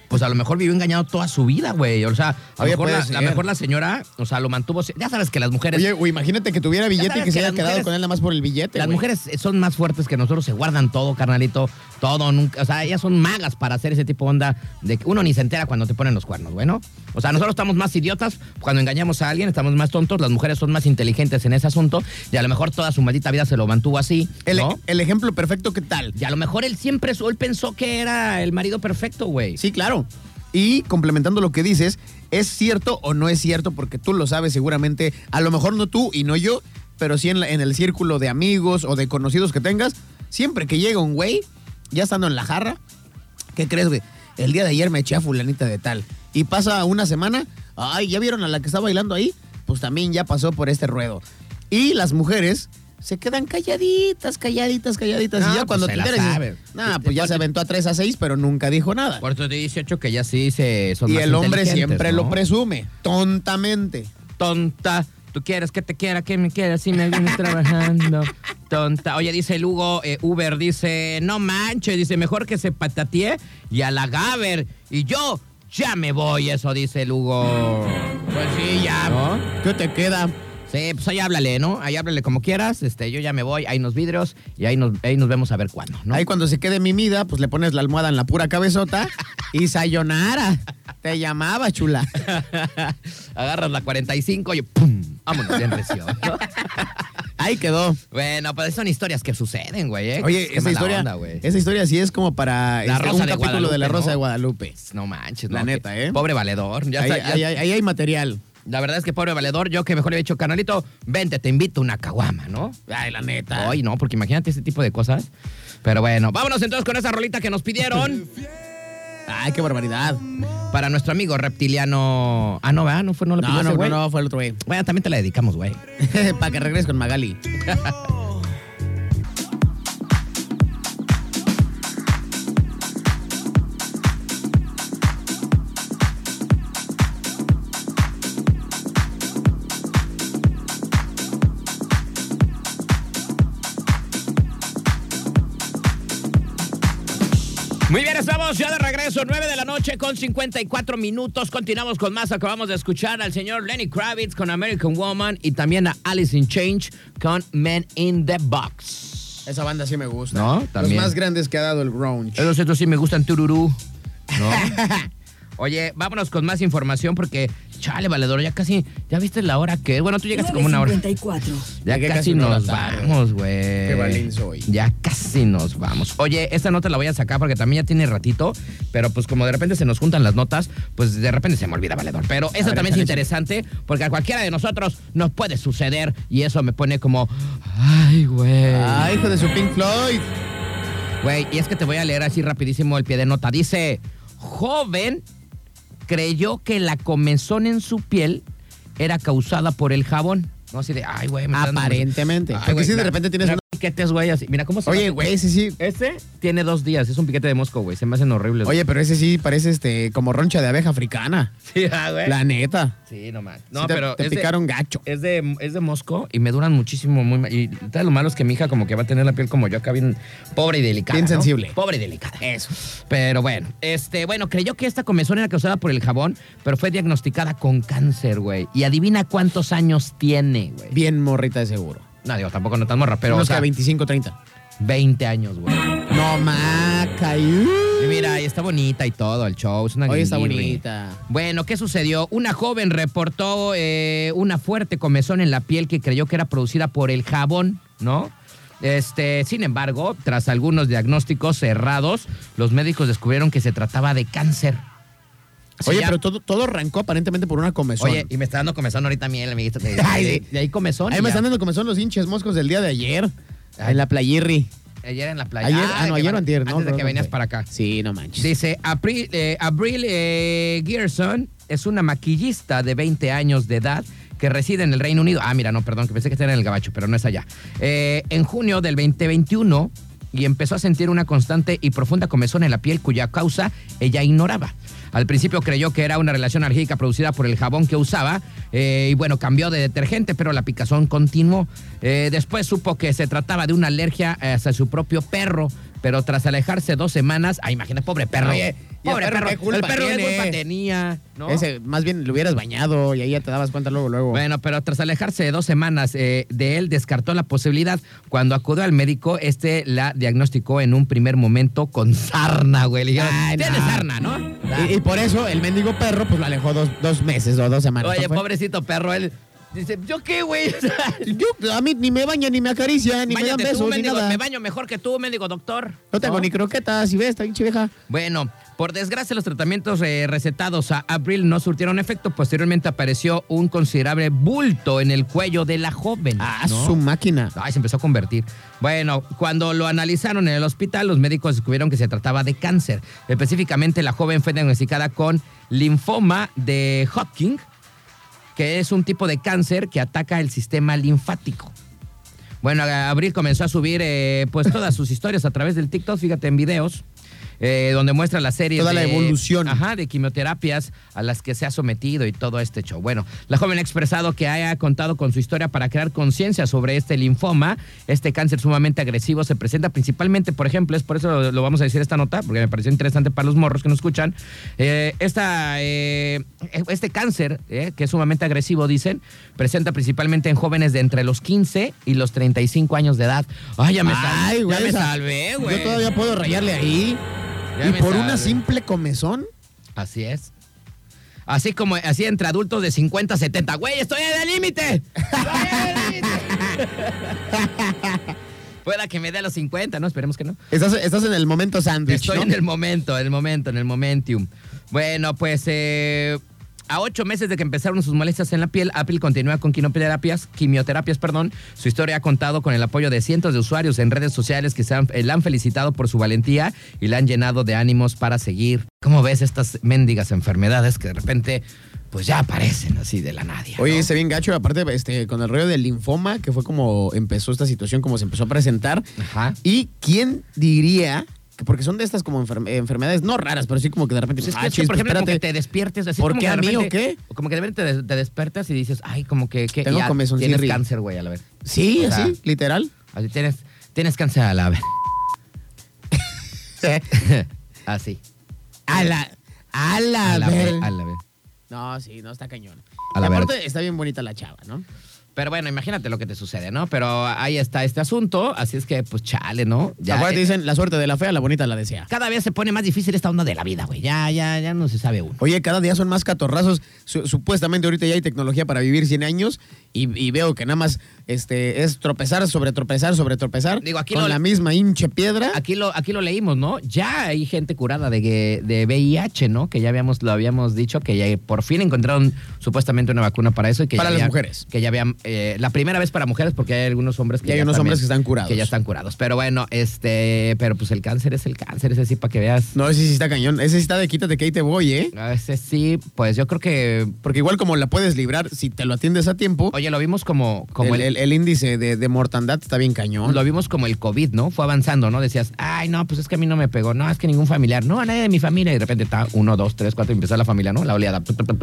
pues a lo mejor vivió engañado toda su vida, güey. O sea, a lo Oye, mejor puede ser. la señora, o sea, lo mantuvo. Ya sabes que las mujeres. Oye, güey, imagínate que tuviera billete y sabes que se que haya las quedado mujeres- con él nada más por el billete, Las güey. mujeres son más fuertes que nosotros, se guardan todo, carnalito, todo, nunca, o sea, ellas son magas para hacer ese tipo de onda de que uno ni se entera cuando te ponen los cuernos, güey, ¿no? O sea, nosotros estamos más idiotas cuando engañamos a alguien, estamos más tontos, las mujeres son más inteligentes en ese asunto y a lo mejor toda su maldita vida se lo mantuvo así, ¿no? El ejemplo perfecto, ¿qué tal? Y a lo mejor él pensó que era el marido perfecto, güey. Sí, claro. Y complementando lo que dices, ¿es cierto o no es cierto? Porque tú lo sabes seguramente, a lo mejor no tú y no yo, pero sí en el círculo de amigos o de conocidos que tengas, siempre que llega un güey, ya estando en la jarra, ¿qué crees, güey? El día de ayer me eché a fulanita de tal. Y pasa una semana, ay, ¿ya vieron a la que está bailando ahí? Pues también ya pasó por este ruedo. Y las mujeres se quedan calladitas. No, y ya pues cuando se te la enteras, sabe. dices, nah, pues ya se aventó a 3 a 6, pero nunca dijo nada. Por eso te 18 que ya sí son Y más el hombre inteligentes, siempre ¿no? lo presume, tontamente. Tonta, tú quieres que te quiera, que me quieras si me vienes trabajando. Tonta. Oye, dice el Hugo, Uber, dice, no manches, dice, mejor que se patatee y a la Gaber. Y yo ya me voy, eso dice el Hugo. Pues sí, ya. ¿No? ¿Qué te queda? Sí, pues ahí háblale, ¿no? Ahí háblale como quieras, yo ya me voy, hay unos vidrios y ahí nos vemos a ver cuándo, ¿no? Ahí cuando se quede mimida, pues le pones la almohada en la pura cabezota y sayonara. Te llamaba, chula. Agarras la 45 y ¡pum! Vámonos, bien recio. Ahí quedó. Bueno, pues son historias que suceden, güey, ¿eh? Oye, Qué esa mala historia, onda, güey. esa historia sí es como para La Rosa un de capítulo de La Guadalupe, Rosa ¿no? de Guadalupe. No manches, La no, neta, que- ¿eh? Pobre valedor. Ya Ahí, está, ahí hay material. La verdad es que pobre valedor, yo que mejor le había dicho, canalito, vente, te invito a una caguama, ¿no? Ay, la neta. Ay, no, porque imagínate ese tipo de cosas. Pero bueno, vámonos entonces con esa rolita que nos pidieron Ay, qué barbaridad. para nuestro amigo reptiliano. Ah, no, ¿verdad? No lo pidió ese güey. No, fue el otro güey. Bueno, también te la dedicamos, güey. Para que regreses con Magali. Muy bien, estamos ya de regreso, 9 de la noche con 54 minutos. Continuamos con más. Acabamos de escuchar al señor Lenny Kravitz con American Woman y también a Alice in Change con Men in the Box. Esa banda sí me gusta. ¿No? También. Los más grandes que ha dado el grunge. Estos sí me gustan tururú. ¿No? Oye, vámonos con más información porque, chale, valedor, ya casi, ya viste la hora que... Bueno, tú llegaste como una hora. 9:54. Ya Llegué casi casi una nos hora tarde. vamos, güey. Qué balín soy. Ya casi nos vamos. Oye, esta nota la voy a sacar porque también ya tiene ratito, pero pues como de repente se nos juntan las notas, pues de repente se me olvida, valedor. Pero esta ver, también es échale, interesante porque a cualquiera de nosotros nos puede suceder y eso me pone como, ay, güey. Ay, hijo de su Pink Floyd. Güey, y es que te voy a leer así rapidísimo el pie de nota. Dice, joven creyó que la comezón en su piel era causada por el jabón. No, así de, ay, güey. me está dando- Aparentemente. Ay, Porque güey, si de mira, repente tienes mira una... piquetes, güey, así. Mira cómo se Oye, güey, ese sí... Este tiene 2 días. Es un piquete de mosco, güey. Se me hacen horribles. Oye, pero ese sí parece como roncha de abeja africana. sí, güey. La neta. Sí, no más. No, Sí te, pero te es de- picaron gacho. Es de mosco y me duran muchísimo. Y tal, lo malo es que mi hija como que va a tener la piel como yo acá bien pobre y delicada. Bien ¿no? sensible. Pobre y delicada. Eso. Pero bueno, creyó que esta comezón era causada por el jabón, pero fue diagnosticada con cáncer, güey. Y adivina cuántos años tiene, güey. Bien morrita de seguro. No, digo, tampoco no tan morra, pero Unos o sea, que 25, 30. 20 años, güey. No, maca. Y mira, y está bonita y todo el show. Es una Oye, está guirri. bonita. Bueno, ¿qué sucedió? Una joven reportó una fuerte comezón en la piel que creyó que era producida por el jabón, ¿no? Sin embargo, tras algunos diagnósticos cerrados, los médicos descubrieron que se trataba de cáncer. Sí, Oye, ya- pero todo arrancó aparentemente por una comezón. Oye, y me está dando comezón ahorita miel, amiguito. Ay, sí. De ahí comezón. Ahí y me ya. están dando comezón los hinches moscos del día de ayer. Ay. En la playirri. Ayer en la playa. Ayer, Ay, no, qué ayer o bueno. antier, ¿no? Antes de que Perdón, venías fue. para acá. Sí, no manches. Dice, Abril Gerson es una maquillista de 20 años de edad que reside en el Reino Unido. Ah, mira, no, perdón, que pensé que estaba en el Gabacho, pero no es allá. En junio del 2021 y empezó a sentir una constante y profunda comezón en la piel cuya causa ella ignoraba. Al principio creyó que era una relación alérgica producida por el jabón que usaba y bueno, cambió de detergente, pero la picazón continuó. Después supo que se trataba de una alergia hacia su propio perro, pero tras alejarse 2 semanas, imagina, pobre perro. Oye, Pobre el perro, perro, ¿qué culpa el perro qué tiene? culpa tenía, ¿no? Ese, más bien lo hubieras bañado y ahí ya te dabas cuenta luego. Bueno, pero tras alejarse de 2 semanas de él, descartó la posibilidad. Cuando acudió al médico, la diagnosticó en un primer momento con sarna, güey. Le dijeron, Ay, tienes no. sarna, ¿no? Y por eso el mendigo perro pues lo alejó 2 meses o 2 semanas. Oye, ¿no fue? pobrecito perro, él dice, ¿yo qué, güey? Yo, a mí ni me baña, ni me acaricia, ni me dan Báñate tú, besos, ni mendigo, nada. me baño mejor que tú, mendigo doctor. No tengo ni croquetas, y ves, está bien chiveja. Bueno, por desgracia, los tratamientos recetados a Avril no surtieron efecto. Posteriormente apareció un considerable bulto en el cuello de la joven. Ah, ¿no? su máquina. Ay, se empezó a convertir. Bueno, cuando lo analizaron en el hospital, los médicos descubrieron que se trataba de cáncer. Específicamente, la joven fue diagnosticada con linfoma de Hodgkin, que es un tipo de cáncer que ataca el sistema linfático. Bueno, Avril comenzó a subir pues todas sus historias a través del TikTok, fíjate, en videos, donde muestra la serie Toda la evolución. Ajá, de quimioterapias a las que se ha sometido y todo este show. Bueno, la joven ha expresado que haya contado con su historia para crear conciencia sobre este linfoma. Este cáncer sumamente agresivo se presenta principalmente, por ejemplo, es por eso lo vamos a decir esta nota, porque me pareció interesante para los morros que nos escuchan. Este cáncer, que es sumamente agresivo, dicen, presenta principalmente en jóvenes de entre los 15 y los 35 años de edad. Ay, ya me salvé, güey. Yo todavía puedo rayarle ahí. Ya Y me por salvé. una simple comezón. Así es. Así entre adultos de 50 a 70. Güey, estoy en el límite. Pueda que me dé a los 50, ¿no? Esperemos que no. Estás en el momento sándwich, Estoy ¿no? en el momentium. Bueno, pues a 8 meses de que empezaron sus molestias en la piel, Apple continúa con quimioterapias. Su historia ha contado con el apoyo de cientos de usuarios en redes sociales que la han felicitado por su valentía y la han llenado de ánimos para seguir. ¿Cómo ves estas mendigas enfermedades que de repente pues ya aparecen así de la nadie, ¿no? Oye, está bien gacho, aparte con el rollo del linfoma, que fue como empezó esta situación, como se empezó a presentar. Ajá. ¿Y quién diría? Porque son de estas como enfermedades, no raras, pero sí como que de repente... Pues es que, por ejemplo, como que te despiertes así. ¿Por como qué que a de mí o repente- qué? Como que de repente te despiertas y dices, ay, como que Tengo ya comezoncirri. tienes cáncer, güey, a la vez. Sí, O sea, así, literal. Así tienes cáncer a la vez. Así. A la ver. A la vez. No, sí, no, está cañón. A Y la aparte verga. está bien bonita la chava, ¿no? Pero bueno, imagínate lo que te sucede, ¿no? Pero ahí está este asunto, así es que, pues, chale, ¿no? Acuérdate, dicen, la suerte de la fea, la bonita la desea. Cada vez se pone más difícil esta onda de la vida, güey. Ya no se sabe uno. Oye, cada día son más catorrazos. Supuestamente ahorita ya hay tecnología para vivir 100 años y veo que nada más es tropezar sobre tropezar sobre tropezar. Digo, aquí con la misma hinche piedra. Aquí lo leímos, ¿no? Ya hay gente curada de VIH, ¿no? Que ya lo habíamos dicho, que ya por fin encontraron supuestamente una vacuna para eso. Y que Para ya las había- mujeres. Que ya habían, la primera vez para mujeres, porque hay algunos hombres que Y hay ya unos también- hombres que están curados. Que ya están curados. Pero bueno, pero pues el cáncer es el cáncer, ese sí, para que veas. No, ese sí está cañón. Ese sí está de quítate que ahí te voy, ¿eh? Ese sí, pues yo creo que. Porque igual como la puedes librar si te lo atiendes a tiempo, Oye, lo vimos como el índice de mortandad está bien cañón. Lo vimos como el COVID, ¿no? Fue avanzando, ¿no? Decías, ay, no, pues es que a mí no me pegó. No, es que ningún familiar. No, a nadie de mi familia. Y de repente está 1, 2, 3, 4 y empezó la familia, ¿no? La oleada.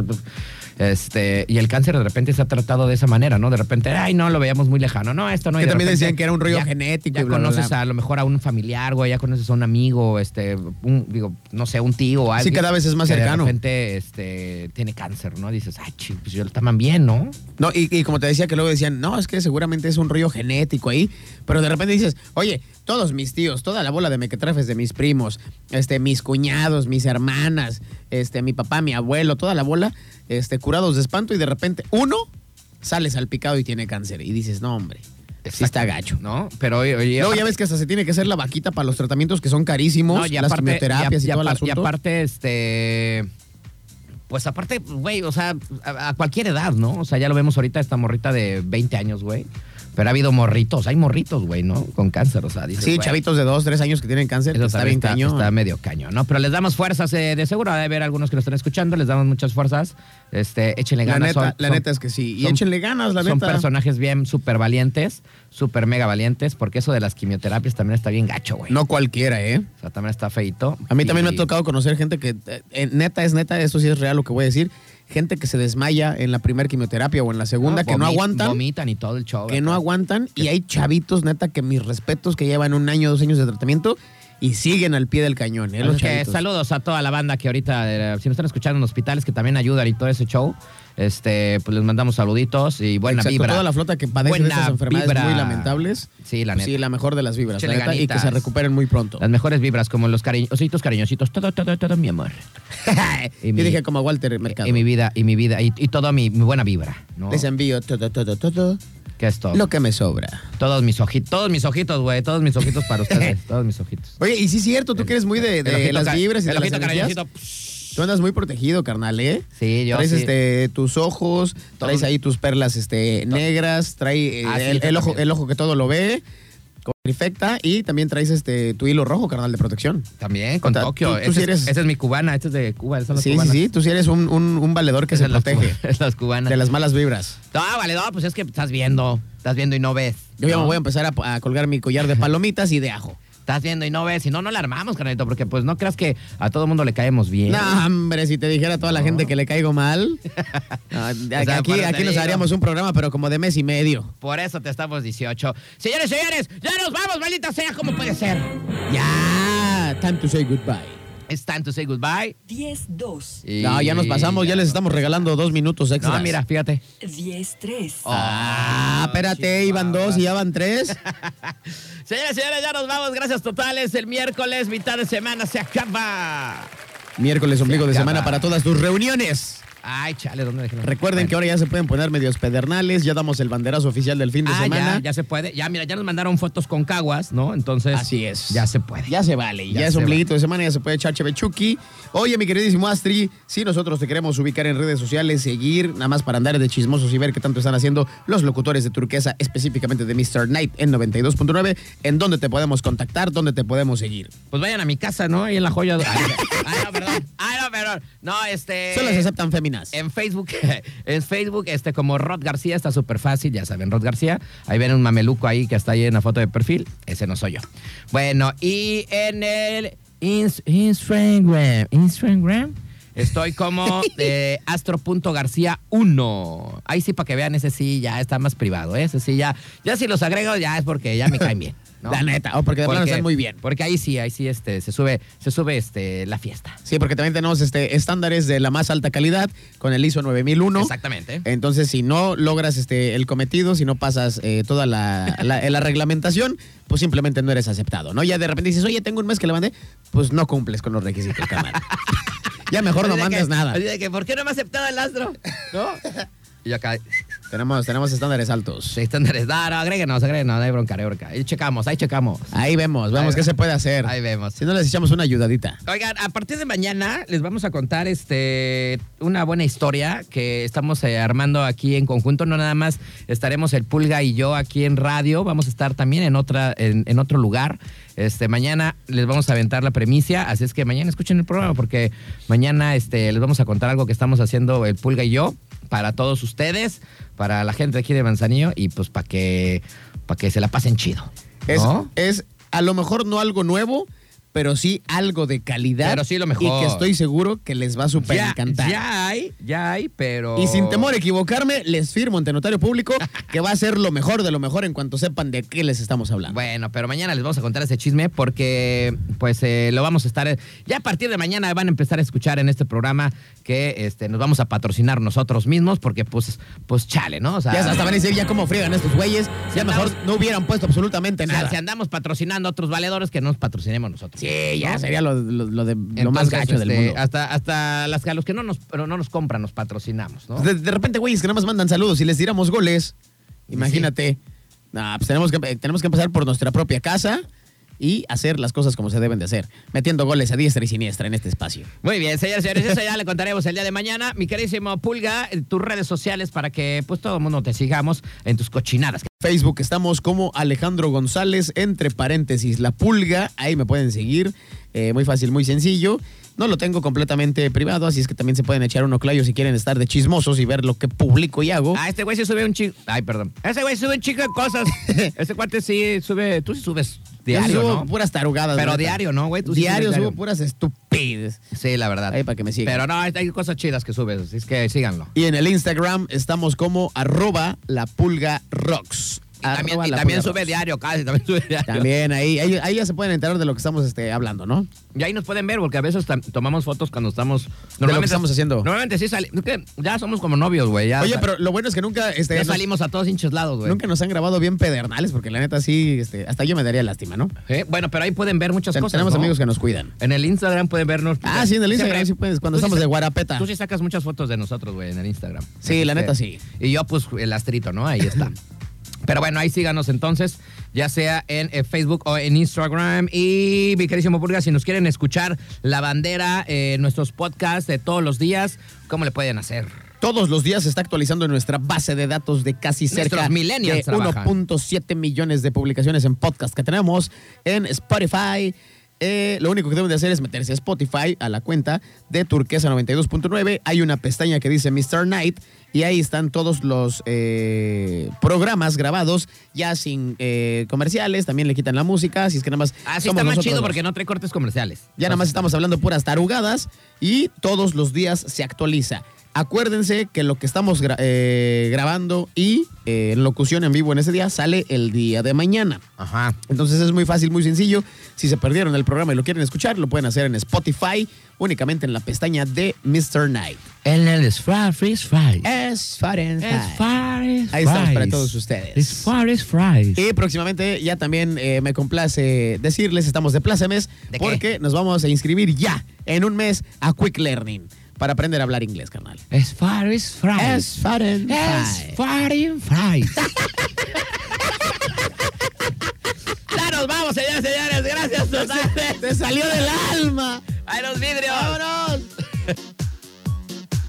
Y el cáncer de repente se ha tratado de esa manera, ¿no? De repente, ay, no, lo veíamos muy lejano. No, esto no. Y Que de también repente decían que era un rollo ya- genético Ya y bla, bla, conoces bla. a lo mejor a un familiar, güey, ya conoces a un amigo, no sé, un tío o alguien. cada vez es más que cercano. De repente, tiene cáncer, ¿no? Dices, ay, pues yo estaban bien, ¿no? No, y como te decía que luego decían, no, es que seguramente es un rollo genético ahí, pero de repente dices, oye, todos mis tíos, toda la bola de mequetrefes de mis primos, mis cuñados, mis hermanas, mi papá, mi abuelo, toda la bola, curados de espanto y de repente uno sale salpicado y tiene cáncer y dices, no, hombre, sí está gacho. ¿No? Pero oye, Luego aparte- ya ves que hasta se tiene que hacer la vaquita para los tratamientos que son carísimos, No, y las aparte- quimioterapias y todo el apar- asunto. Y aparte, pues aparte, güey, o sea, a cualquier edad, ¿no? O sea, ya lo vemos ahorita, esta morrita de 20 años, güey. Pero ha habido morritos, hay morritos, güey, ¿no? Con cáncer, o sea, dices, Sí, güey, chavitos de 2, 3 años que tienen cáncer, eso está también bien cañón. Está medio cañón, ¿no? Pero les damos fuerzas, de seguro ha de haber algunos que nos están escuchando, les damos muchas fuerzas. Échenle La ganas. neta es que sí. Y son- échenle ganas, la Son neta. personajes bien súper valientes, súper mega valientes, porque eso de las quimioterapias también está bien gacho, güey. No cualquiera, ¿eh? O sea, también está feito. A mí también me ha Y- tocado conocer gente que, neta, esto sí es real lo que voy a decir, gente que se desmaya en la primera quimioterapia o en la segunda, que no aguantan, Vomitan y todo el show. que no acá. aguantan, y hay chavitos, neta, que mis respetos, que llevan 1 año, 2 años de tratamiento, y siguen al pie del cañón. Así Los que chavitos. saludos a toda la banda que ahorita, si nos están escuchando en hospitales, que también ayudan y todo ese show. Pues les mandamos saluditos y buena Exacto, vibra. toda la flota que padece de Buena estas enfermedades vibra. muy lamentables. Sí, la pues neta. sí, la mejor de las vibras, Échale la neta, y que ganitas. se recuperen muy pronto. Las mejores vibras, como los ositos cariñositos. Todo, mi amor. Yo dije como a Walter Mercado. Y mi vida, y toda mi buena vibra, ¿no? Les envío todo. ¿Qué es todo? Lo que me sobra. Todos mis ojitos, güey. Todos mis ojitos para ustedes. Todos mis ojitos. Oye, y sí es cierto, tú que eres muy de El ojito las vibras y de el las ojito energías. cariñosito. Tú andas muy protegido, carnal, ¿eh? Sí, yo traes sí. tus ojos, traes ahí tus perlas negras, trae Ah, sí, el ojo, también. el ojo que todo lo ve, con trifecta, y también traes tu hilo rojo, carnal, de protección. También, con O sea, Tokio. tú sí eres- Esa es mi cubana, esta es de Cuba. Esas son las Sí, cubanas. tú sí eres un valedor que Esas se las protege Es las cubanas. de las malas vibras. No, vale, no, pues es que estás viendo y no ves. Yo ya ¿no? me voy a empezar a colgar mi collar de palomitas y de ajo. Estás viendo y no ves. Si no, no la armamos, carnalito, porque pues no creas que a todo mundo le caemos bien. No, hombre, si te dijera a toda la gente que le caigo mal. sea, aquí por eso te nos digo. haríamos un programa, pero como de mes y medio. Por eso te estamos 18. Señores, ya nos vamos, maldita sea, ¿cómo puede ser? Ya, time to say goodbye. It's time to say goodbye. 10-2, Y- No, ya nos pasamos, ya les estamos regalando 2 minutos extras. No, mira, fíjate. 10-3. Espérate, iban 2 y ya van 3. Señores, ya nos vamos. Gracias totales. El miércoles, mitad de semana, se acaba. Miércoles, ombligo de acaba. semana para todas tus reuniones. Ay, chale, ¿dónde dejé? Recuerden que ahora ya se pueden poner medios pedernales, ya damos el banderazo oficial del fin de semana. Ya se puede. Ya, mira, ya nos mandaron fotos con caguas, ¿no? Entonces. Así es. Ya se puede. Ya se vale, ya es se ombliguito de semana, ya se puede echar chevechuki. Oye, mi queridísimo Astri, si nosotros te queremos ubicar en redes sociales, seguir, nada más para andar de chismosos y ver qué tanto están haciendo los locutores de Turquesa, específicamente de Mr. Night en 92.9, en dónde te podemos contactar, dónde te podemos seguir. Pues vayan a mi casa, ¿no? Ahí en La Joya. Ay, no, perdón. No, Solo se aceptan féminas. En Facebook, como Rod García, está súper fácil, ya saben, Rod García. Ahí ven un mameluco ahí que está ahí en la foto de perfil. Ese no soy yo. Bueno, y en el Instagram estoy como astro.garcía1. Ahí sí, para que vean, ese sí ya está más privado, ¿eh? Ese sí ya si los agrego ya es porque ya me caen bien, ¿no? La neta, o porque de plano están muy bien. Porque ahí sí se sube la fiesta. Sí, porque también tenemos estándares de la más alta calidad con el ISO 9001. Exactamente. Entonces, si no logras el cometido, si no pasas toda la reglamentación, pues simplemente no eres aceptado, ¿no? Ya de repente dices, oye, tengo un mes que le mandé, pues no cumples con los requisitos, carnal. Ya mejor no Así de mandes que- nada. Así de que, ¿por qué no me ha aceptado el astro? ¿No? Y yo acá, Tenemos estándares altos. estándares, no, agréguenos, no hay bronca. Ahí checamos. Ahí vemos Ahí qué se puede hacer. Ahí vemos. Si no, les echamos una ayudadita. Oigan, a partir de mañana les vamos a contar una buena historia que estamos armando aquí en conjunto. No nada más estaremos el Pulga y yo aquí en radio, vamos a estar también en otro lugar. Mañana les vamos a aventar la premicia, así es que mañana escuchen el programa porque mañana les vamos a contar algo que estamos haciendo el Pulga y yo para todos ustedes, para la gente aquí de Manzanillo y pues para que se la pasen chido. ¿No? Es a lo mejor no algo nuevo, pero sí algo de calidad. Pero sí lo mejor. Y que estoy seguro que les va a súper encantar. Ya hay, pero... Y sin temor a equivocarme, les firmo ante notario público que va a ser lo mejor de lo mejor en cuanto sepan de qué les estamos hablando. Bueno, pero mañana les vamos a contar ese chisme porque pues lo vamos a estar... Ya a partir de mañana van a empezar a escuchar en este programa que nos vamos a patrocinar nosotros mismos porque pues chale, ¿no? O sea, Ya hasta van a decir ya cómo friegan estos güeyes. Ya mejor no hubieran puesto absolutamente o sea, nada. si andamos patrocinando a otros valedores que no nos patrocinemos nosotros. Sí, ya ¿no? sería lo más Entonces, gacho del mundo. Hasta a los que no nos compran, nos patrocinamos, ¿no? De repente, güeyes que nada más mandan saludos y les tiramos goles. Imagínate. Nah, pues tenemos que empezar por nuestra propia casa y hacer las cosas como se deben de hacer, metiendo goles a diestra y siniestra en este espacio. Muy bien, señores, eso ya le contaremos el día de mañana. Mi queridísimo Pulga, tus redes sociales para que pues todo el mundo te sigamos en tus cochinadas. Facebook estamos como Alejandro González, entre paréntesis, La Pulga. Ahí me pueden seguir. Muy fácil, muy sencillo. No lo tengo completamente privado, así es que también se pueden echar un oclayo si quieren estar de chismosos y ver lo que publico y hago. Este güey sí sube un chico. Ay, perdón. Ese güey sube un chico de cosas. Este cuate sí sube. Tú sí subes diario, Yo subo ¿no? puras tarugadas. Pero neta. diario, ¿no, güey? Tú sí Diario subes subo puras estupideces. Sí, la verdad. Ahí para que me sigan. Pero no, hay cosas chidas que subes, así es que síganlo. Y en el Instagram estamos como @lapulgarocks. Y también sube diario, casi, también sube diario. También ahí ya se pueden enterar de lo que estamos hablando, ¿no? Y ahí nos pueden ver, porque a veces tomamos fotos cuando estamos... De lo que estamos haciendo. Normalmente sí salimos... Ya somos como novios, güey. Oye, pero lo bueno es que nunca... ya salimos a todos hinchos lados, güey. Nunca nos han grabado bien pedernales, porque la neta sí, hasta yo me daría lástima, ¿no? Bueno, pero ahí pueden ver muchas cosas, Tenemos ¿no? amigos que nos cuidan. En el Instagram pueden vernos. Sí, en el Instagram sí puedes, cuando estamos de guarapeta. Tú sí sacas muchas fotos de nosotros, güey, en el Instagram. Sí, la neta sí. Y yo, pues, el astrito, ¿no? Ahí está. Pero bueno, ahí síganos entonces, ya sea en Facebook o en Instagram. Y mi queridísimo Pulga, si nos quieren escuchar la bandera, nuestros podcasts de todos los días, ¿cómo le pueden hacer? Todos los días se está actualizando en nuestra base de datos de casi cerca de 1.7 millones de publicaciones en podcast que tenemos en Spotify. Lo único que deben de hacer es meterse a Spotify, a la cuenta de Turquesa 92.9. Hay una pestaña que dice Mr. Night y ahí están todos los programas grabados ya sin comerciales. También le quitan la música, así es que nada más... Así está más chido porque no trae cortes comerciales. Ya nada más estamos hablando puras tarugadas y todos los días se actualiza. Acuérdense que lo que estamos grabando y en locución en vivo en ese día sale el día de mañana. Ajá. Entonces es muy fácil, muy sencillo. Si se perdieron el programa y lo quieren escuchar, lo pueden hacer en Spotify, únicamente en la pestaña de Mr. Night. En el Fries. Ahí estamos para todos ustedes. Fries. Y próximamente ya también me complace decirles, estamos de plácemes, porque nos vamos a inscribir ya en un mes a Quick Learning. Para aprender a hablar inglés, carnal. Fries. Ya nos vamos, señores. Gracias. Te salió del alma. ¡Ay, los vidrios! ¡Vámonos!